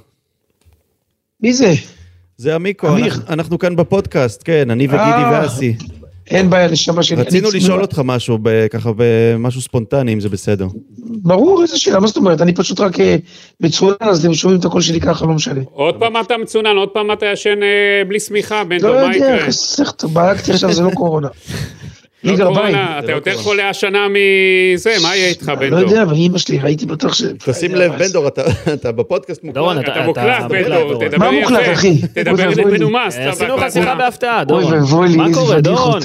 מי זה? זה עמיקו, אנחנו כאן בפודקאסט, כן, אני וגידי ואסי. אין בעיה לשמה שלי. רצינו לשאול אותך משהו, ככה במשהו ספונטני, אם זה בסדר. ברור, איזה שאלה, מה זאת אומרת? אני פשוט רק מצונן, אז אתם שומעים את הכל שלי ככה, לא משנה. עוד פעם אתה מצונן, עוד פעם אתה ישן בלי סמיכה, בנדור, מה יקרה? לא יודע, חסכת, בעקתי עכשיו, זה לא קורונה. לא קורונה, אתה יותר חולה השנה מזה, מה יהיה איתך בנדור? לא יודע, אבל אמא שלי, ראיתי בטוח ש... תשים לב, בנדור, אתה בפודקאסט מוקלט. אתה מוקלט, בנדור, תדבר מה מוקלט, אחי? תדבר מנומס. עשינו לך שיחה בהפתעה, דורון. אוי, מה קורה, דורון?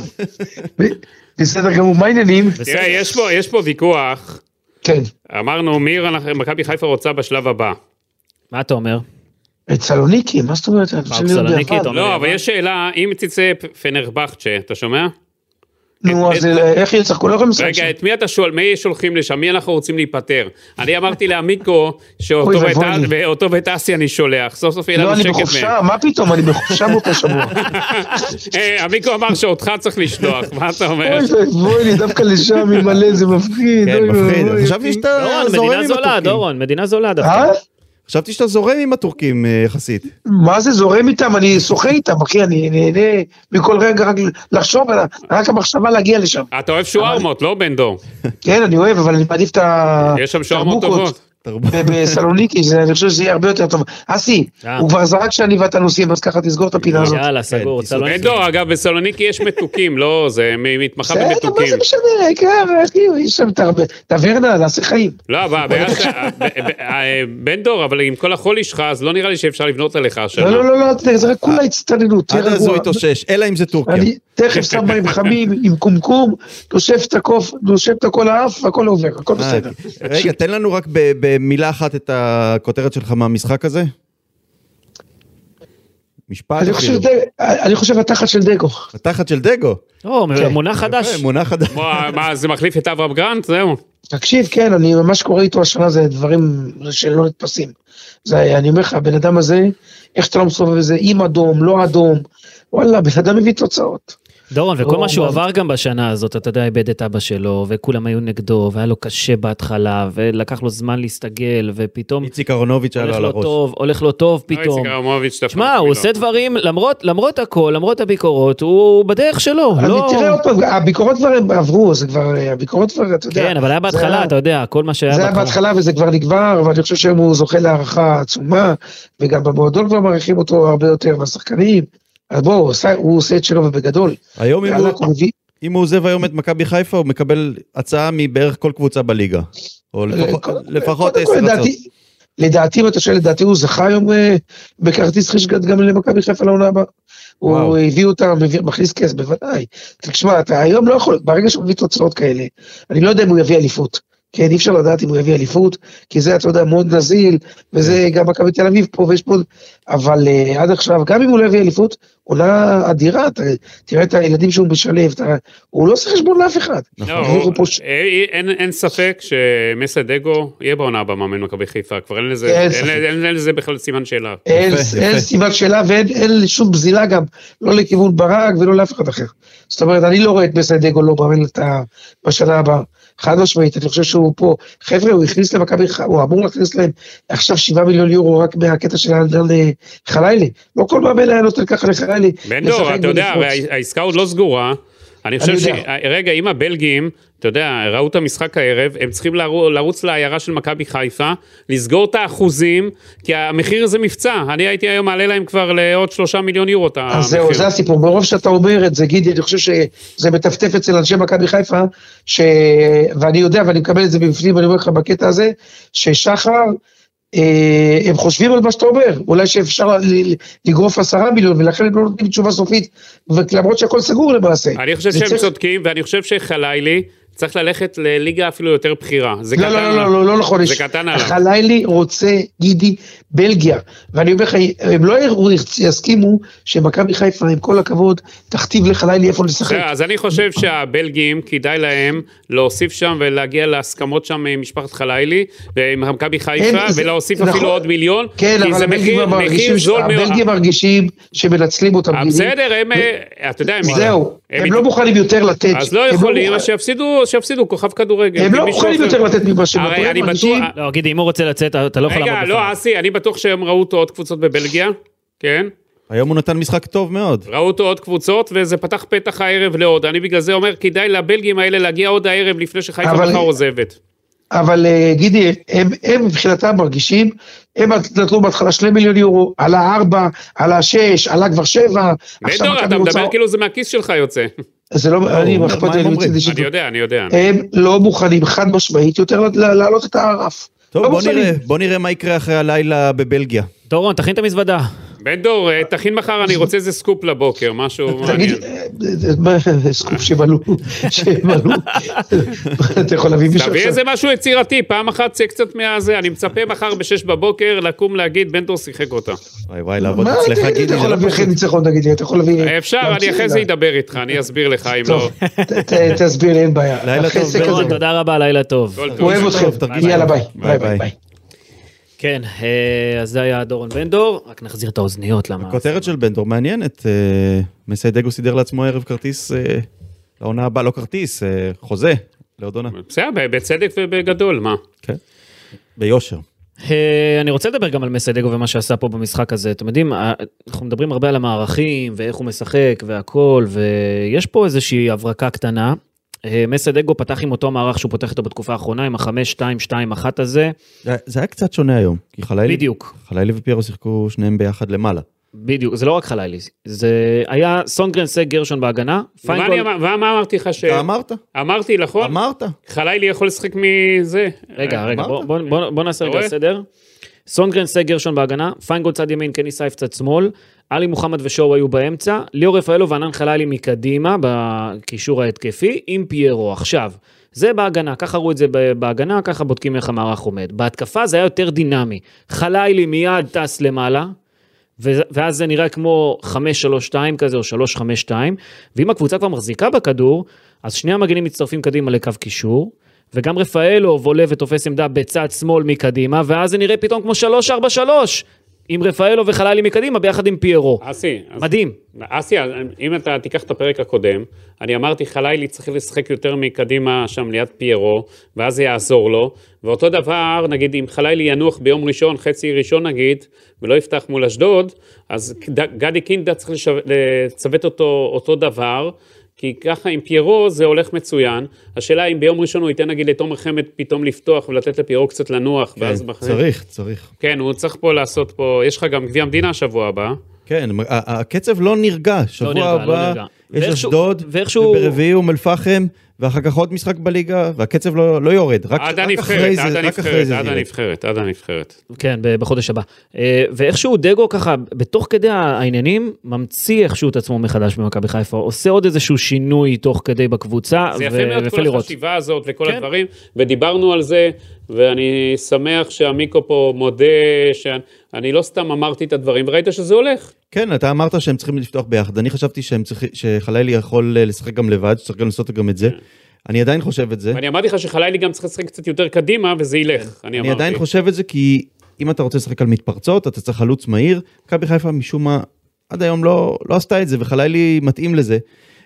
בסדר גמור, מה העניינים? תראה, יש פה ויכוח. כן. אמרנו, מיר, מכבי חיפה רוצה בשלב הבא. מה אתה אומר? את סלוניקי, מה זאת אומרת? סלוניקי, אתה אומר. לא, אבל יש שאלה, אם תצא פנרבחצ'ה, אתה שומע? נו, אז איך יצחקו? לא יכולים לשחק שם. רגע, את מי אתה שואל, מי שולחים לשם? מי אנחנו רוצים להיפטר? אני אמרתי לעמיקו, שאותו ואת אסי אני שולח. סוף סוף יהיה לנו שקט מהם. לא, אני בחופשה, מה פתאום? אני בחופשה באותו שבוע. עמיקו אמר שאותך צריך לשלוח, מה אתה אומר? אוי, בואי לי, דווקא לשם עם מלא, זה מפחיד. כן, מפחיד. חשבתי שאתה זורם עם הטורקים. דורון, מדינה זולה דווקא. חשבתי שאתה זורם עם הטורקים יחסית. מה זה זורם איתם? אני שוחה איתם, אחי, אני נהנה מכל רגע רק לחשוב, רק המחשבה להגיע לשם. אתה אוהב שוארמות, לא בנדור? כן, אני אוהב, אבל אני מעדיף את התרבוקות. יש שם שוארמות טובות. בסלוניקי, אני חושב שזה יהיה הרבה יותר טוב. אסי, הוא כבר זרק שאני ואתה נוסעים, אז ככה תסגור את הפינה הזאת. יאללה, סגור. בנדור, אגב, בסלוניקי יש מתוקים, לא, זה מתמחה במתוקים. מה זה משנה, העיקר, יש שם תברנה, נעשה חיים. לא, בנדור, אבל עם כל החולי שלך, אז לא נראה לי שאפשר לבנות עליך השנה. לא, לא, לא, זה רק כולה הצטננות. עד אז הוא יתושש, אלא אם זה טורקיה. אני תכף שם מים חמים, עם קומקום, נושף את הקוף, נושף את הכל האף, הכל עובר, הכל בסדר. רגע, תן לנו רק במילה אחת את הכותרת שלך מהמשחק הזה. משפט אפילו. אני חושב התחת של דגו. התחת של דגו? או, מונח חדש. מונח חדש. מה, זה מחליף את אברהם גרנט? זהו. תקשיב, כן, אני ממש קורא איתו השנה, זה דברים שלא נתפסים. זה, אני אומר לך, הבן אדם הזה, איך שאתה לא מסובב בזה, עם אדום, לא אדום, וואלה, בן אדם מביא תוצאות. דורון, וכל מה שהוא עבר גם בשנה הזאת, אתה יודע, איבד את אבא שלו, וכולם היו נגדו, והיה לו קשה בהתחלה, ולקח לו זמן להסתגל, ופתאום... איציק אהרונוביץ' היה לו על הראש. הולך לו טוב פתאום. איציק אהרונוביץ' תפק. שמע, הוא עושה דברים, למרות הכל, למרות הביקורות, הוא בדרך שלו. תראה עוד פעם, הביקורות כבר עברו, זה כבר, הביקורות כבר, אתה יודע... כן, אבל היה בהתחלה, אתה יודע, כל מה שהיה בהתחלה. זה היה בהתחלה, וזה כבר נגבר, אבל אני חושב שהיום הוא זוכה להערכה עצומה, וגם במועדון כבר מעריכים אותו הרבה יותר מהשחקנים. אז בואו, הוא עושה את שלו ובגדול. היום אם הוא עוזב היום את מכבי חיפה, הוא מקבל הצעה מבערך כל קבוצה בליגה. או לפחות עשר הצעות. לדעתי, אם אתה שואל, לדעתי הוא זכה היום בכרטיס חשגת גם למכבי חיפה לעונה הבאה. הוא הביא אותה, מכניס כס, בוודאי. תשמע, אתה היום לא יכול, ברגע שהוא מביא תוצאות כאלה, אני לא יודע אם הוא יביא אליפות. כן, אי אפשר לדעת אם הוא יביא אליפות, כי זה, אתה יודע, מאוד נזיל, וזה גם מכבי תל אביב פה ויש פה, אבל uh, עד עכשיו, גם אם הוא לא יביא אליפות, עונה אדירה, אתה, תראה את הילדים שהוא משלב, אתה, הוא לא עושה חשבון לאף אחד. לא, ש... אין, אין ספק שמסיידגו יהיה בעונה הבאה מאמן מכבי חיפה, כבר אין לזה, אין, אין, אין, אין לזה בכלל סימן שאלה. אין, יפה, אין יפה. סימן שאלה, ואין אין שום בזילה גם, לא לכיוון ברק ולא לאף אחד אחר. זאת אומרת, אני לא רואה את מסיידגו לא מאמן את בשנה הבאה. חד משמעית, אני חושב שהוא פה, חבר'ה, הוא הכניס למכבי, הוא אמור להכניס להם עכשיו שבעה מיליון יורו רק מהקטע של חלילי, לא כל מאמן היה נותן ככה לחלילי. בן דור, אתה יודע, העסקה עוד לא סגורה, אני חושב ש... רגע, אם הבלגים, אתה יודע, ראו את המשחק הערב, הם צריכים לרוץ לעיירה של מכבי חיפה, לסגור את האחוזים, כי המחיר הזה מבצע. אני הייתי היום מעלה להם כבר לעוד שלושה מיליון יורו את המחיר. אז זהו, זה הסיפור. ברוב שאתה אומר את זה, גידי, אני חושב שזה מטפטף אצל אנשי מכבי חיפה, ש... ואני יודע, ואני מקבל את זה בפנים, ואני אומר לך בקטע הזה, ששחר, הם חושבים על מה שאתה אומר, אולי שאפשר לגרוף עשרה מיליון, ולכן הם לא נותנים תשובה סופית, ולמרות שהכל סגור למעשה. אני חושב שהם צודקים, ואני חושב שחלילי צריך ללכת לליגה אפילו יותר בחירה. לא, לא, לא, לא, לא נכון. זה קטן עליו. חלילי רוצה, גידי, בלגיה, ואני אומר לך, הם לא יסכימו שמכבי חיפה, עם כל הכבוד, תכתיב לחלילי איפה לשחק. אז אני חושב שהבלגים, כדאי להם להוסיף שם ולהגיע להסכמות שם עם משפחת חלילי, ועם מכבי חיפה, ולהוסיף אפילו עוד מיליון, כן, אבל הבלגים הבלגים מרגישים שמנצלים אותם. בסדר, הם, אתה יודע, זהו, הם לא מוכנים יותר לתת. אז לא יכולים, שיפסידו כוכב כדורגל. הם לא יכולים יותר לתת ממה אני בטוח... לא, גידי, אם הוא רוצה לצאת, אתה לא יכול לעמוד בפני. רגע, לא, אסי, אני בטוח שהם ראו אותו עוד קבוצות בבלגיה, כן? היום הוא נתן משחק טוב מאוד. ראו אותו עוד קבוצות, וזה פתח פתח הערב לעוד. אני בגלל זה אומר, כדאי לבלגים האלה להגיע עוד הערב, לפני שחיפה מחר עוזבת. אבל גידי, הם מבחינתם מרגישים, הם נתנו בהתחלה שני מיליון יורו, עלה ארבע, עלה שש, עלה כבר שבע. בדור, אתה מדבר כאילו זה מהכיס שלך יוצא. זה לא, אני מחפת, אני יודע, אני יודע. הם לא מוכנים חד משמעית יותר לעלות את הערף. טוב, בוא נראה מה יקרה אחרי הלילה בבלגיה. דורון, תכין את המזוודה. בן דור, תכין מחר, אני רוצה איזה סקופ לבוקר, משהו מעניין. סקופ שמלו, שמלו. אתה יכול להביא מישהו. תביא איזה משהו יצירתי, פעם אחת צא קצת מהזה, אני מצפה מחר בשש בבוקר, לקום להגיד, בן דור שיחק אותה. וואי וואי, לעבוד אצלך גידי. אתה יכול להביא אחרי ניצחון, תגיד לי, אתה יכול להביא... אפשר, אני אחרי זה אדבר איתך, אני אסביר לך, אם לא... תסביר לי, אין בעיה. לילה טוב. תודה רבה, לילה טוב. אוהב אתכם, יאללה ביי. ביי ביי. כן, אז זה היה דורון בן דור, רק נחזיר את האוזניות למה... הכותרת של בן דור מעניינת, מסיידגו סידר לעצמו ערב כרטיס לעונה הבאה, לא כרטיס, חוזה לעוד עונה. בסדר, בצדק ובגדול, מה? כן, ביושר. אני רוצה לדבר גם על מסיידגו ומה שעשה פה במשחק הזה, אתם יודעים, אנחנו מדברים הרבה על המערכים ואיך הוא משחק והכל, ויש פה איזושהי הברקה קטנה, מסיידגו פתח עם אותו מערך שהוא פותח איתו בתקופה האחרונה, עם החמש, שתיים, שתיים, אחת הזה. זה היה קצת שונה היום, כי חלילי... בדיוק. חלילי ופיירו שיחקו שניהם ביחד למעלה. בדיוק, זה לא רק חלילי, זה היה סונגרן, סג, גרשון בהגנה. ומה אמרתי לך ש... אתה אמרת? אמרתי, נכון? אמרת. חלילי יכול לשחק מזה. רגע, רגע, בוא נעשה רגע סדר. סונגרן, סג, גרשון בהגנה, פיינגולד צד ימין, קני סייף צד שמאל, עלי מוחמד ושואו היו באמצע, ליאור רפאלו וענן חלילי מקדימה, בקישור ההתקפי, עם פיירו. עכשיו, זה בהגנה, ככה ראו את זה בהגנה, ככה בודקים איך המערך עומד. בהתקפה זה היה יותר דינמי. חלילי מיד טס למעלה, ואז זה נראה כמו חמש שלוש שתיים כזה, או שלוש חמש שתיים, ואם הקבוצה כבר מחזיקה בכדור, אז שני המגנים מצטרפים קדימה לקו קישור, וגם רפאלו וולה ותופס עמדה בצד שמאל מקדימה, ואז זה נראה פתאום כמו שלוש ארבע שלוש, עם רפאלו וחלילי מקדימה, ביחד עם פיירו. אסי. מדהים. אסי, אם אתה תיקח את הפרק הקודם, אני אמרתי חלילי צריך לשחק יותר מקדימה שם ליד פיירו, ואז זה יעזור לו, ואותו דבר, נגיד, אם חלילי ינוח ביום ראשון, חצי ראשון נגיד, ולא יפתח מול אשדוד, אז גדי קינדה צריך לצוות אותו, אותו דבר, כי ככה עם פיירו זה הולך מצוין, השאלה אם ביום ראשון הוא ייתן נגיד לתומר חמד פתאום לפתוח ולתת לפיירו קצת לנוח, כן, ואז צריך, צריך. כן, הוא צריך פה לעשות פה, יש לך גם גביע המדינה השבוע הבא. כן, הקצב לא נרגע, שבוע הבא, יש ואיכשהו- אשדוד, ואיכשהו- וברביעי אום אל-פחם, ואחר כך עוד משחק בליגה, והקצב לא, לא יורד, רק, עד רק אחרי הנבחרת, זה, עד רק אחרי הנבחרת, זה עד זה ירד. הנבחרת, עד הנבחרת. כן, ב- בחודש הבא. אה, ואיכשהו דגו ככה, בתוך כדי העניינים, ממציא איכשהו את עצמו מחדש במכבי חיפה, עושה עוד איזשהו שינוי תוך כדי בקבוצה, זה יפה ו- מאוד ויפה כל לראות. החשיבה הזאת וכל כן. הדברים, ודיברנו על זה, ואני שמח שעמיקו פה מודה, שאני לא סתם אמרתי את הדברים, וראית שזה הולך. כן, אתה אמרת שהם צריכים לפתוח ביחד, אני חשבתי שהם צריכים, שחלילי יכול לשחק גם לבד, שצריך גם לעשות גם את זה, אני עדיין חושב את זה, ואני אמרתי לך שחלילי גם צריך לשחק קצת יותר קדימה, וזה ילך, אני אני אמרתי. עדיין חושב את זה, כי אם אתה רוצה לשחק על מתפרצות, אתה צריך חלוץ מהיר, מכבי חיפה משום מה, עד היום לא, לא עשתה את זה, וחלילי מתאים לזה.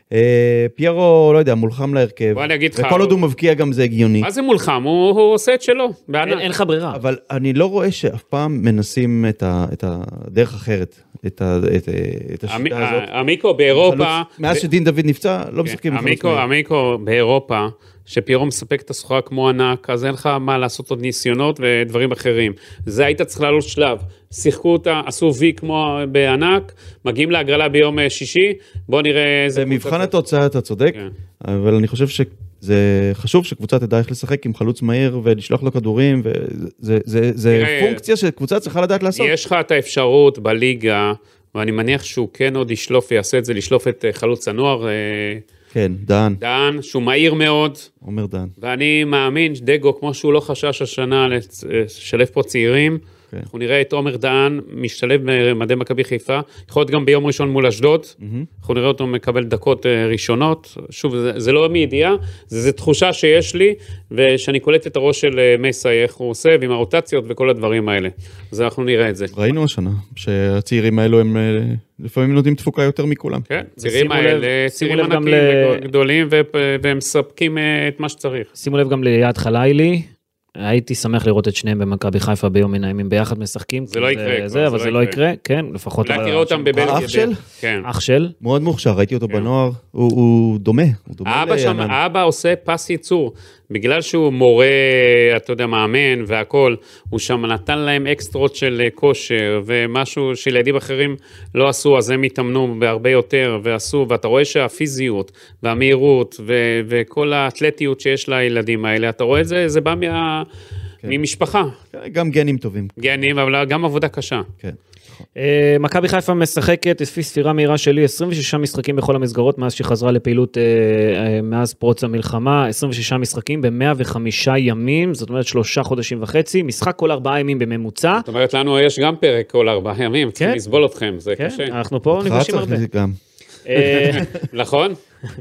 אה, פיירו, לא יודע, מולחם להרכב, בוא אני אגיד לך, וכל עוד הוא מבקיע גם זה הגיוני. מה זה מולחם? הוא, הוא עושה את שלו, אין בענק. אין לך ברירה. אבל אני לא רואה שאף פעם מנסים את, ה, את הדרך אחרת, את, ה, את, את עמי- השיטה הזאת. עמיקו באירופה, חלוץ- מאז שדין דוד נפצע, לא משחקים עם חלוץ עמיקו, מהיר. עמיקו באירופה, שפיירו מספק את הסחורה כמו ענק, אז אין לך מה לעשות עוד ניסיונות ודברים אחרים. זה היית צריך לעלות שלב. שיחקו אותה, עשו וי כמו בענק, מגיעים להגרלה ביום שישי, בוא נראה איזה... במבחן התוצאה אתה צודק, כן. אבל אני חושב שזה חשוב שקבוצה תדע איך לשחק עם חלוץ מהיר ולשלוח לו כדורים, וזה זה, זה תראה, פונקציה שקבוצה צריכה לדעת לעשות. יש לך את האפשרות בליגה, ואני מניח שהוא כן עוד ישלוף ויעשה את זה, לשלוף את חלוץ הנוער, אה, כן, דן, דן, שהוא מהיר מאוד, אומר דן. ואני מאמין שדגו, כמו שהוא לא חשש השנה לשלב פה צעירים, כן. אנחנו נראה את עומר דהן משתלב במדי מכבי חיפה, יכול להיות גם ביום ראשון מול אשדוד, אנחנו נראה אותו מקבל דקות אה, ראשונות, שוב, זה, זה לא מידיעה, זה, זה תחושה שיש לי, ושאני קולט את הראש של אה, מסי, איך הוא עושה, ועם הרוטציות וכל הדברים האלה, אז אנחנו נראה את זה. ראינו השנה שהצעירים האלו הם אה, לפעמים נותנים תפוקה יותר מכולם. כן, צירים ושימו לב- האלה, שימו צירים לב גם ענקים ל- וגדולים, ו- והם מספקים אה, את מה שצריך. שימו לב גם ליד חלילי, הייתי שמח לראות את שניהם במכבי חיפה ביום מן הימים ביחד משחקים. זה כי לא יקרה כבר, זה, אבל זה לא יקרה, כן, לפחות. אולי אבל- תראה אותם בבלגיה. האח של? כן. אח של? מאוד מוכשר, ראיתי אותו בנוער, הוא, הוא דומה, הוא דומה האבא שם, לענן. האבא עושה פס ייצור, בגלל שהוא מורה, אתה יודע, מאמן והכל, הוא שם נתן להם אקסטרות של כושר, ומשהו שילדים אחרים לא עשו, אז הם התאמנו בהרבה יותר, ועשו, ואתה רואה שהפיזיות, והמהירות, ו- וכל האתלטיות שיש לילדים האלה, אתה רואה את זה, זה בא מה... ממשפחה, גם גנים טובים, גנים, אבל גם עבודה קשה. כן. אה, מכבי חיפה משחקת, לפי ספירה מהירה שלי, עשרים ושישה משחקים בכל המסגרות, מאז שחזרה לפעילות, אה, אה, מאז פרוץ המלחמה, עשרים ושישה משחקים ב-מאה וחמישה ימים, זאת אומרת שלושה חודשים וחצי, משחק כל ארבעה ימים בממוצע. זאת אומרת, לנו יש גם פרק כל ארבעה ימים, צריכים כן. לסבול אתכם, זה כן, קשה. אנחנו פה אותך נפגשים צריך הרבה. גם. אה, נכון?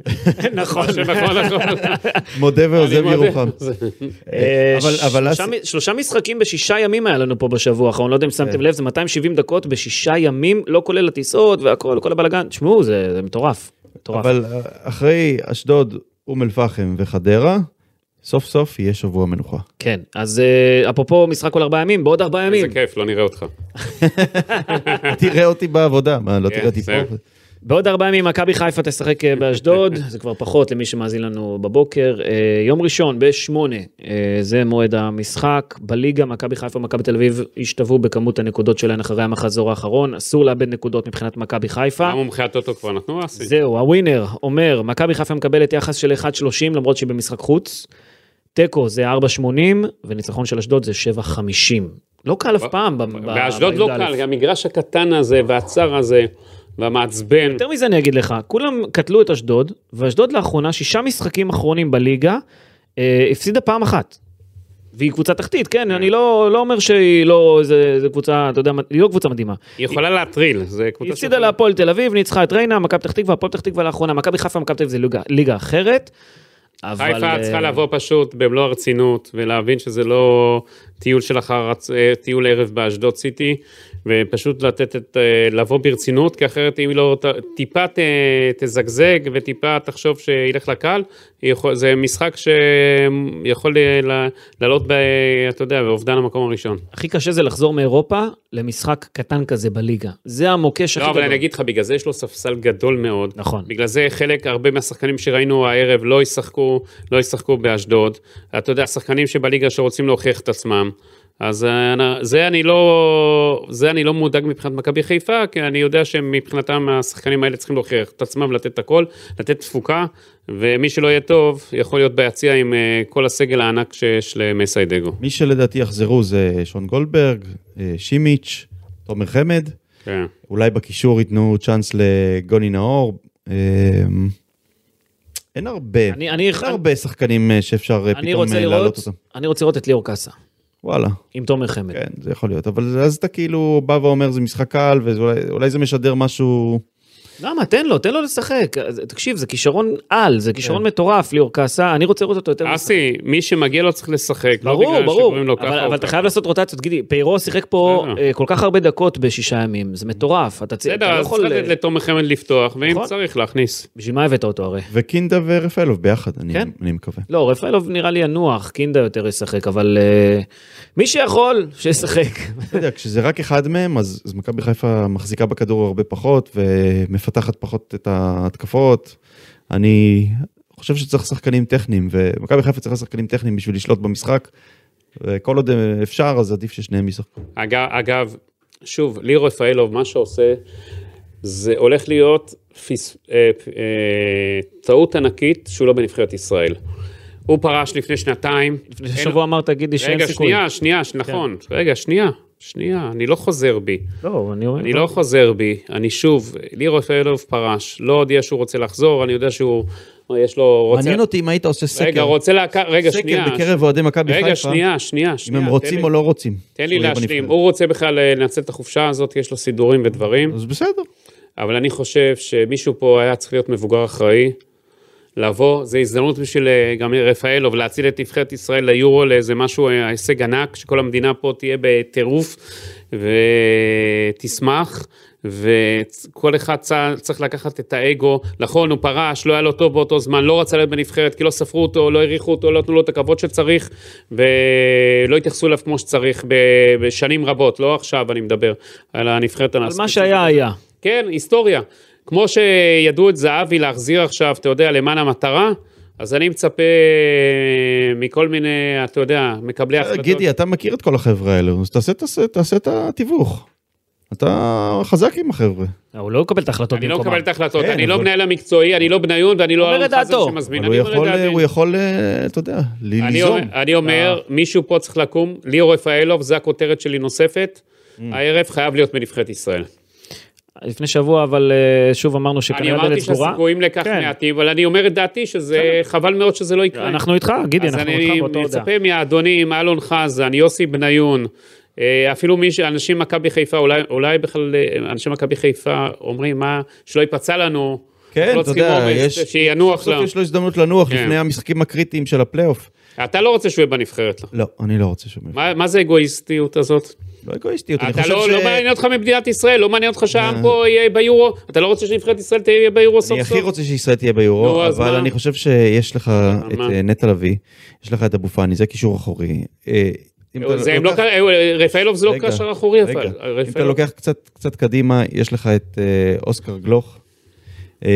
נכון. נכון, נכון. מודה ועוזב אני מודה. ירוחם. אה, אבל- אבל שלושה מ- שלושה משחקים בשישה ימים היה לנו פה בשבוע האחרון, לא יודע אם שמתם לב, זה מאתיים שבעים דקות בשישה ימים, לא כולל הטיסות והכל, כל הבלגן, תשמעו, זה זה מטורף. מטורף. אבל אה, אחרי אשדוד, אום אל-פחם וחדרה, סוף סוף יהיה שבוע מנוחה. כן, אז אה, אפרופו משחק כל ארבעה ימים, בעוד ארבעה איזה ימים, כיף, לא נראה אותך. תראה אותי בעבודה, מה, לא כן, תראה אותי זהו. פה? בעוד ארבעה ימים מכבי חיפה תשחק אה, באשדוד, זה כבר פחות למי שמאזין לנו בבוקר, אה, יום ראשון בשמונה, אה, זה מועד המשחק, בליגה מכבי חיפה ומכבי תל אביב השתוו בכמות הנקודות שלהן אחרי המחזור האחרון, אסור לאבד נקודות מבחינת מכבי חיפה. המומחי הטוטו כבר נתנו אסי. זהו, הווינר אומר, מכבי חיפה מקבלת יחס של אחד שלושים למרות שהיא במשחק חוץ, תיקו זה ארבע שמונים וניצחון של אשדוד זה שבע חמישים. לא קל אף פעם. ב- ב- באשדוד לא ב- קל, המגרש הקטן הזה והצר הזה והמעצבן. יותר מזה אני אגיד לך, כולם קטלו את אשדוד, ואשדוד לאחרונה, שישה משחקים אחרונים בליגה, אה, הפסידה פעם אחת. והיא קבוצה תחתית, כן, אני לא, לא אומר שהיא לא, זה, זה קבוצה, אתה יודע, היא לא קבוצה מדהימה. היא יכולה להטריל, זה קבוצה היא הפסידה להפועל תל אביב, ניצחה את ריינה, מכבי פתח תקווה, הפועל פתח תקווה לאחרונה, מכבי חיפה, מכבי תל אביב זה ליגה, ליגה אחרת. אבל, חיפה אה, צריכה לבוא פשוט במלוא הרצינות, ולהבין שזה לא טיול של אחר, טיול ערב באשדוד סיטי, ופשוט לתת את, לבוא ברצינות, כי אחרת אם לא טיפה ת, תזגזג, וטיפה תחשוב שילך לקהל, יכול, זה משחק שיכול לעלות, ב, אתה יודע, באובדן המקום הראשון. הכי קשה זה לחזור מאירופה למשחק קטן כזה בליגה. זה המוקש הכי לא, גדול. אבל אני אגיד לך, בגלל זה יש לו ספסל גדול מאוד. נכון. בגלל זה חלק, הרבה מהשחקנים שראינו הערב לא ישחקו, לא ישחקו באשדוד. אתה יודע, שחקנים שבליגה שרוצים להוכיח את עצמם. אז זה אני לא, זה אני לא מודאג מבחינת מכבי חיפה, כי אני יודע שמבחינתם השחקנים האלה צריכים להוכיח את עצמם, לתת את הכל, לתת תפוקה, ומי שלא יהיה טוב, יכול להיות ביציע עם כל הסגל הענק שיש למסיידגו. מי שלדעתי יחזרו זה שון גולדברג, שימיץ', תומר חמד, כן. אולי בקישור ייתנו צ'אנס לגוני נאור, אין הרבה, אני, אני, אין אני, הרבה שחקנים שאפשר אני פתאום רוצה להעלות לראות, אותם. אני רוצה לראות את ליאור קאסה, וואלה. עם תומר חמד. כן, זה יכול להיות, אבל אז אתה כאילו בא ואומר זה משחק קל, ואולי זה משדר משהו... למה? תן לו, תן לו לשחק. תקשיב, זה כישרון על, זה כישרון מטורף, ליאור קאסה, אני רוצה לראות אותו יותר. אסי, מי שמגיע לו צריך לשחק, לא ברור, בגלל ברור, שקוראים לו אבל, ככה. אבל אתה חייב לעשות רוטציות, גידי, פיירו שיחק פה בסדר. כל כך הרבה דקות בשישה ימים, זה מטורף, אתה צ- אתה בסדר, לא אז יכול... צריך לתת לתומר חמד לפתוח, ואם נכון. צריך להכניס. בשביל מה הבאת אותו הרי? וקינדה ורפאלוב ביחד, אני, כן? אני מקווה. לא, רפאלוב נראה לי ינוח, קינדה יותר ישחק, אבל uh, מי שיכול, שישחק. אתה יודע, כשזה רק אחד מהם, אז, אז מכבי חיפה מחזיקה בכדור הרבה פחות, ומפתחת פחות את ההתקפות. אני חושב שצריך שחקנים טכניים, ומכבי חיפה צריך שחקנים טכניים בשביל לשלוט במשחק, וכל עוד אפשר, אז עדיף ששניהם ישחקו. אגב, אגב, שוב, ליאור רפאלוב, מה שעושה, זה הולך להיות פיס, אה, אה, טעות ענקית שהוא לא בנבחרת ישראל. הוא פרש לפני שנתיים. לפני שבוע אמרת, גידי, שאין רגע, סיכוי. שנייה, שנייה, נכון. רגע, שנייה, שנייה, אני לא חוזר בי. לא, אני אומר... אני לא חוזר בי, אני שוב, ליאור רפאלוב פרש, לא הודיע שהוא רוצה לחזור, אני יודע שהוא, יש לו, רוצה... מעניין אותי אם היית עושה סקר. רגע, רוצה להק... רגע, שנייה. סקר בקרב אוהדי מכבי חיפה. רגע, שנייה, שנייה, אם שנייה. הם רוצים או לא רוצים. תן לי להשלים, הוא רוצה בכלל לנצל את החופשה הזאת, יש לו סידורים ודברים. אז בסדר. אבל אני חושב שמישהו פה היה צריך להיות מבוגר אחראי, לבוא, זה הזדמנות בשביל גם רפאלוב, להציל את נבחרת ישראל ליורו לאיזה משהו, הישג ענק, שכל המדינה פה תהיה בטירוף, ותשמח, וכל אחד צריך לקחת את האגו, נכון, הוא פרש, לא היה לו טוב באותו זמן, לא רצה להיות בנבחרת, כי לא ספרו אותו, לא העריכו אותו, לא נתנו לו את הכבוד שצריך, ולא התייחסו אליו כמו שצריך, בשנים רבות, לא עכשיו אני מדבר, על הנבחרת הנספית. על מה שהיה היה. כן, היסטוריה. כמו שידעו את זהבי להחזיר עכשיו, אתה יודע, למען המטרה, אז אני מצפה מכל מיני, אתה יודע, מקבלי החלטות. גידי, אתה מכיר את כל החבר'ה האלו, אז תעשה, תעשה, תעשה את התיווך. אתה חזק עם החבר'ה. הוא לא מקבל את ההחלטות אני לא במקומם. מקבל את ההחלטות, כן, אני לא אבל- מנהל המקצועי, אני לא בניון, ואני לא אומר את אלון חזן דעתו. שמזמין. אבל הוא אני אומר יכול, את דעתי. הוא יכול, אתה יודע, ל- אני ליזום. אומר- אני אומר, מישהו פה צריך לקום, ליאור רפאלוב, זה הכותרת שלי נוספת, הערב חייב להיות בנבחרת ישראל. לפני שבוע, אבל אה, שוב אמרנו אני שכנראה אמרתי דלת סגורה. שהסיכויים לכך כן. מעטים, אבל אני אומר את דעתי שזה חבל מאוד שזה לא יקרה. אנחנו איתך, גידי, אז אנחנו איתך אני באותו הודעה. מצפה מהאדונים, אלון חזן, יוסי בניון, אה, אפילו מי שאנשים מכבי חיפה, אולי, אולי בכלל אה, אנשים מכבי חיפה אומרים, מה, שלא ייפצע לנו, כן, לא אתה צריכים יודע, אומץ, יש, שינוח סוף לו. יש לו הזדמנות לנוח כן. לפני המשחקים הקריטיים של הפלייאוף. אתה לא רוצה שהוא יהיה בנבחרת. לא. לא, אני לא רוצה שום... מה, מה זה אגואיסטיות הזאת? לא אגואיסטיות, אני אתה חושב לא, ש... לא מעניין אותך ממדינת ישראל, לא מעניין אותך שהעם פה יהיה ביורו, אתה לא רוצה שנבחרת ישראל תהיה ביורו סוף אני סוף? הכי רוצה שישראל תהיה ביורו, נו, אז אבל מה? אני חושב שיש לך את מה? אה, נטע לביא, יש לך את אבו פאני, זה קישור אחורי. אה, אם אתה זה הם לא, לוקח- רפאלוב זה לא רגע, קשר אחורי, רגע, אבל אם אתה רפאלוב. לוקח קצת, קצת קדימה, יש לך את אה, אוסקר גלוך, אה,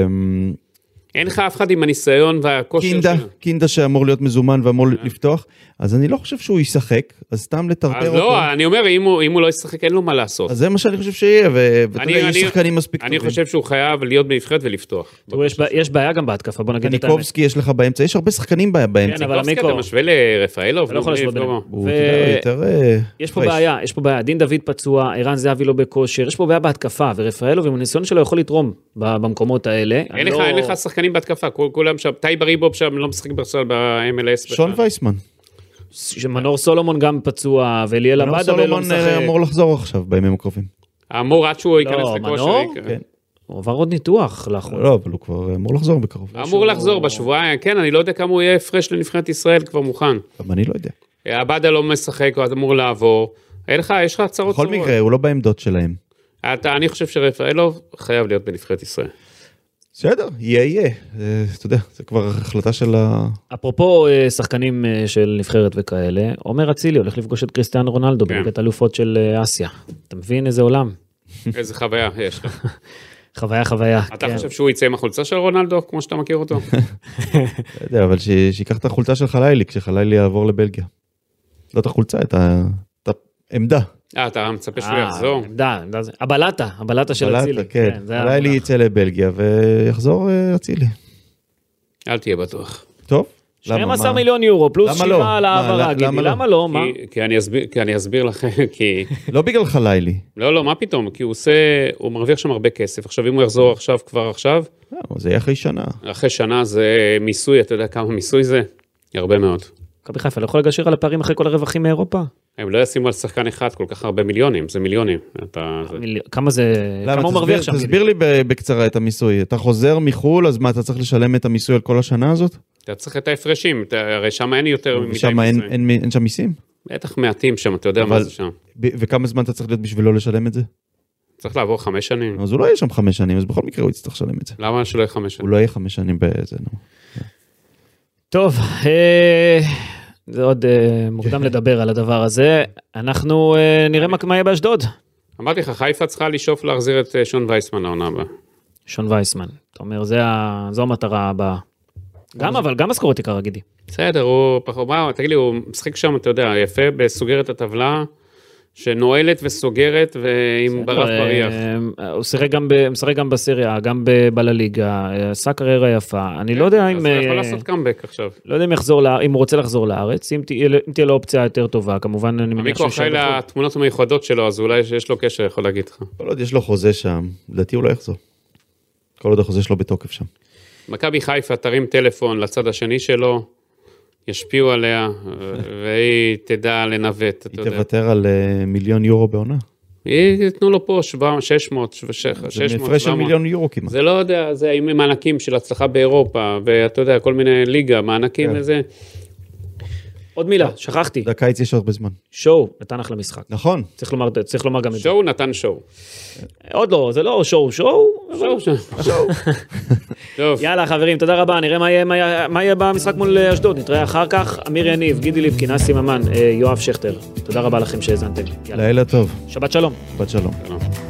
אין לך אף אחד עם הניסיון והכושר קינדה, שלו. קינדה שאמור להיות מזומן ואמור לפתוח, אז אני לא חושב שהוא ישחק, אז סתם לטרטר אז אותו. לא, אני אומר, אם הוא, אם הוא לא ישחק, אין לו מה לעשות. אז זה מה שאני חושב שיהיה, ו- ואתה אני- יודע, יש אני- שחקנים מספיק אני טובים. חושב שהוא חייב להיות בנבחרת ולפתוח. תראו, יש בעיה- יש בעיה גם בהתקפה, בוא נגיד את האמת. ניקובסקי יש לך באמצע, יש הרבה שחקנים בה- באמצע. כן, אבל קובסקי, המיקרו- אתה משווה לרפאלוב? אתה לא יכול נו, להשוות מי ביניהם. יפגע בו? הוא ו- יותר, אה, יש פה פרש. בעיה, יש פה בעיה, דין דוד פצוע, ערן זהבי לא בכושר, יש פה בעיה בהתקפה, ורפאלוב עם הניסיון שלו יכול לתרום ב- במקומות האלה. אין אני לך, לא- אין לך שחקנים בהתקפה, כול- כולם שם, טייב אריבוב שם לא משחק בכלל ב-אם אל אס. שון וייסמן. שמנור סולומון גם פצוע, ואליאל מנור עבדה ולא סולומון משחק. אה, אמור לחזור עכשיו בימים הקרובים. אמור עד שהוא ייכנס לא, לכושר. מנור? ייכנס. כן. הוא עבר עוד ניתוח לאחרונה. לא, אבל הוא כבר אמור לחזור בקרוב. אמור לחזור בשבועיים, כן, אני לא יודע כמה הוא יהיה הפרש לנבחרת ישראל, כבר מוכן. גם אני לא יודע. עבדה לא משחק, הוא אמור לעבור. אין לך, יש לך הצהרות בכל מקרה, הוא לא בעמדות שלהם. אתה, אני חושב שרפאלוב חייב להיות בנבחרת ישראל. בסדר, יהיה, יהיה. אה, אתה יודע, זה כבר החלטה של ה... אפרופו אה, שחקנים אה, של נבחרת וכאלה, עומר אצילי הולך לפגוש את קריסטיאנו רונלדו כן. בליגת אלופות של אה, אסיה. אתה מבין איזה עולם? איזה חוויה יש לך. חוויה חוויה. אתה כן. חושב שהוא יצא עם החולצה של רונלדו, כמו שאתה מכיר אותו? לא יודע, אבל ש- שיקח את החולצה של חלילי, כשחלילי יעבור לבלגיה. לא את החולצה, את העמדה. אה, אתה מצפה שהוא יחזור? עמדה, עמדה זה. הבלטה, הבלטה של אצילי. כן, אולי לי יצא לבלגיה ויחזור אצילי. אל תהיה בטוח. טוב. שנים עשר מיליון יורו, פלוס שבעה על העברה, גידי, למה לא? מה? כי אני אסביר לכם, כי... לא בגלל חלילי. לא, לא, מה פתאום? כי הוא עושה, הוא מרוויח שם הרבה כסף. עכשיו, אם הוא יחזור עכשיו, כבר עכשיו... זה יהיה אחרי שנה. אחרי שנה זה מיסוי, אתה יודע כמה מיסוי זה? הרבה מאוד. מכבי חיפה לא יכול לגשר על הפערים אחרי כל הרווחים מאירופה? הם לא ישימו על שחקן אחד כל כך הרבה מיליונים, זה מיליונים. כמה זה, כמה הוא מרוויח שם? תסביר לי בקצרה את המיסוי. אתה חוזר מחול, אז מה, אתה צריך לשלם את המיסוי על כל השנה הזאת? אתה צריך את ההפרשים, הרי שם אין יותר מדי מיסוי. שם אין שם מיסים? בטח מעטים שם, אתה יודע מה זה שם. וכמה זמן אתה צריך להיות בשביל לא לשלם את זה? צריך לעבור חמש שנים. אז הוא לא יהיה שם חמש שנים, אז בכל מקרה הוא יצטרך לשלם את זה. למה שלא יהיה חמש שנים? הוא לא יהיה חמש שנים באיזה, נו. טוב, זה עוד מוקדם לדבר על הדבר הזה. אנחנו נראה מה יהיה באשדוד. אמרתי לך, חיפה צריכה לשאוף להחזיר את שון וייסמן לעונה הבאה. שון וייסמן, אתה אומר, זו המטרה הבאה. גם, אבל גם משכורת עיקר, גידי. בסדר, הוא פחות, תגיד לי, הוא משחק שם, אתה יודע, יפה, בסוגרת הטבלה, שנועלת וסוגרת, ועם ברף בריח. הוא משחק גם בסריה, גם בלליגה, עשה קריירה יפה. אני לא יודע אם... אז הוא יכול לעשות קאמבק עכשיו. לא יודע אם הוא רוצה לחזור לארץ, אם תהיה לו אופציה יותר טובה, כמובן אני מניח שהוא... אחרי לתמונות המיוחדות שלו, אז אולי יש לו קשר, יכול להגיד לך. כל עוד יש לו חוזה שם, לדעתי הוא לא יחזור. כל עוד החוזה שלו בתוקף שם. מכבי חיפה תרים טלפון לצד השני שלו, ישפיעו עליה, והיא תדע לנווט. היא תוותר על מיליון יורו בעונה. יתנו לו פה שש מאות, זה מפרש של מיליון יורו כמעט. זה לא יודע, זה עם מענקים של הצלחה באירופה, ואתה יודע, כל מיני ליגה, מענקים וזה. עוד מילה, שכחתי. בקיץ יש הרבה זמן. שואו, נתן אחלה משחק. נכון. צריך לומר, צריך לומר גם את זה. שואו נתן שואו. עוד לא, זה לא שואו, שואו. שואו, שואו. טוב. יאללה חברים, תודה רבה, נראה מה יהיה, מה יהיה במשחק מול אשדוד. נתראה אחר כך, אמיר יניב, גידי ליפקין, אסי ממן, יואב שכטר. תודה רבה לכם שהאזנתם. לילה טוב. שבת שלום. שבת שלום.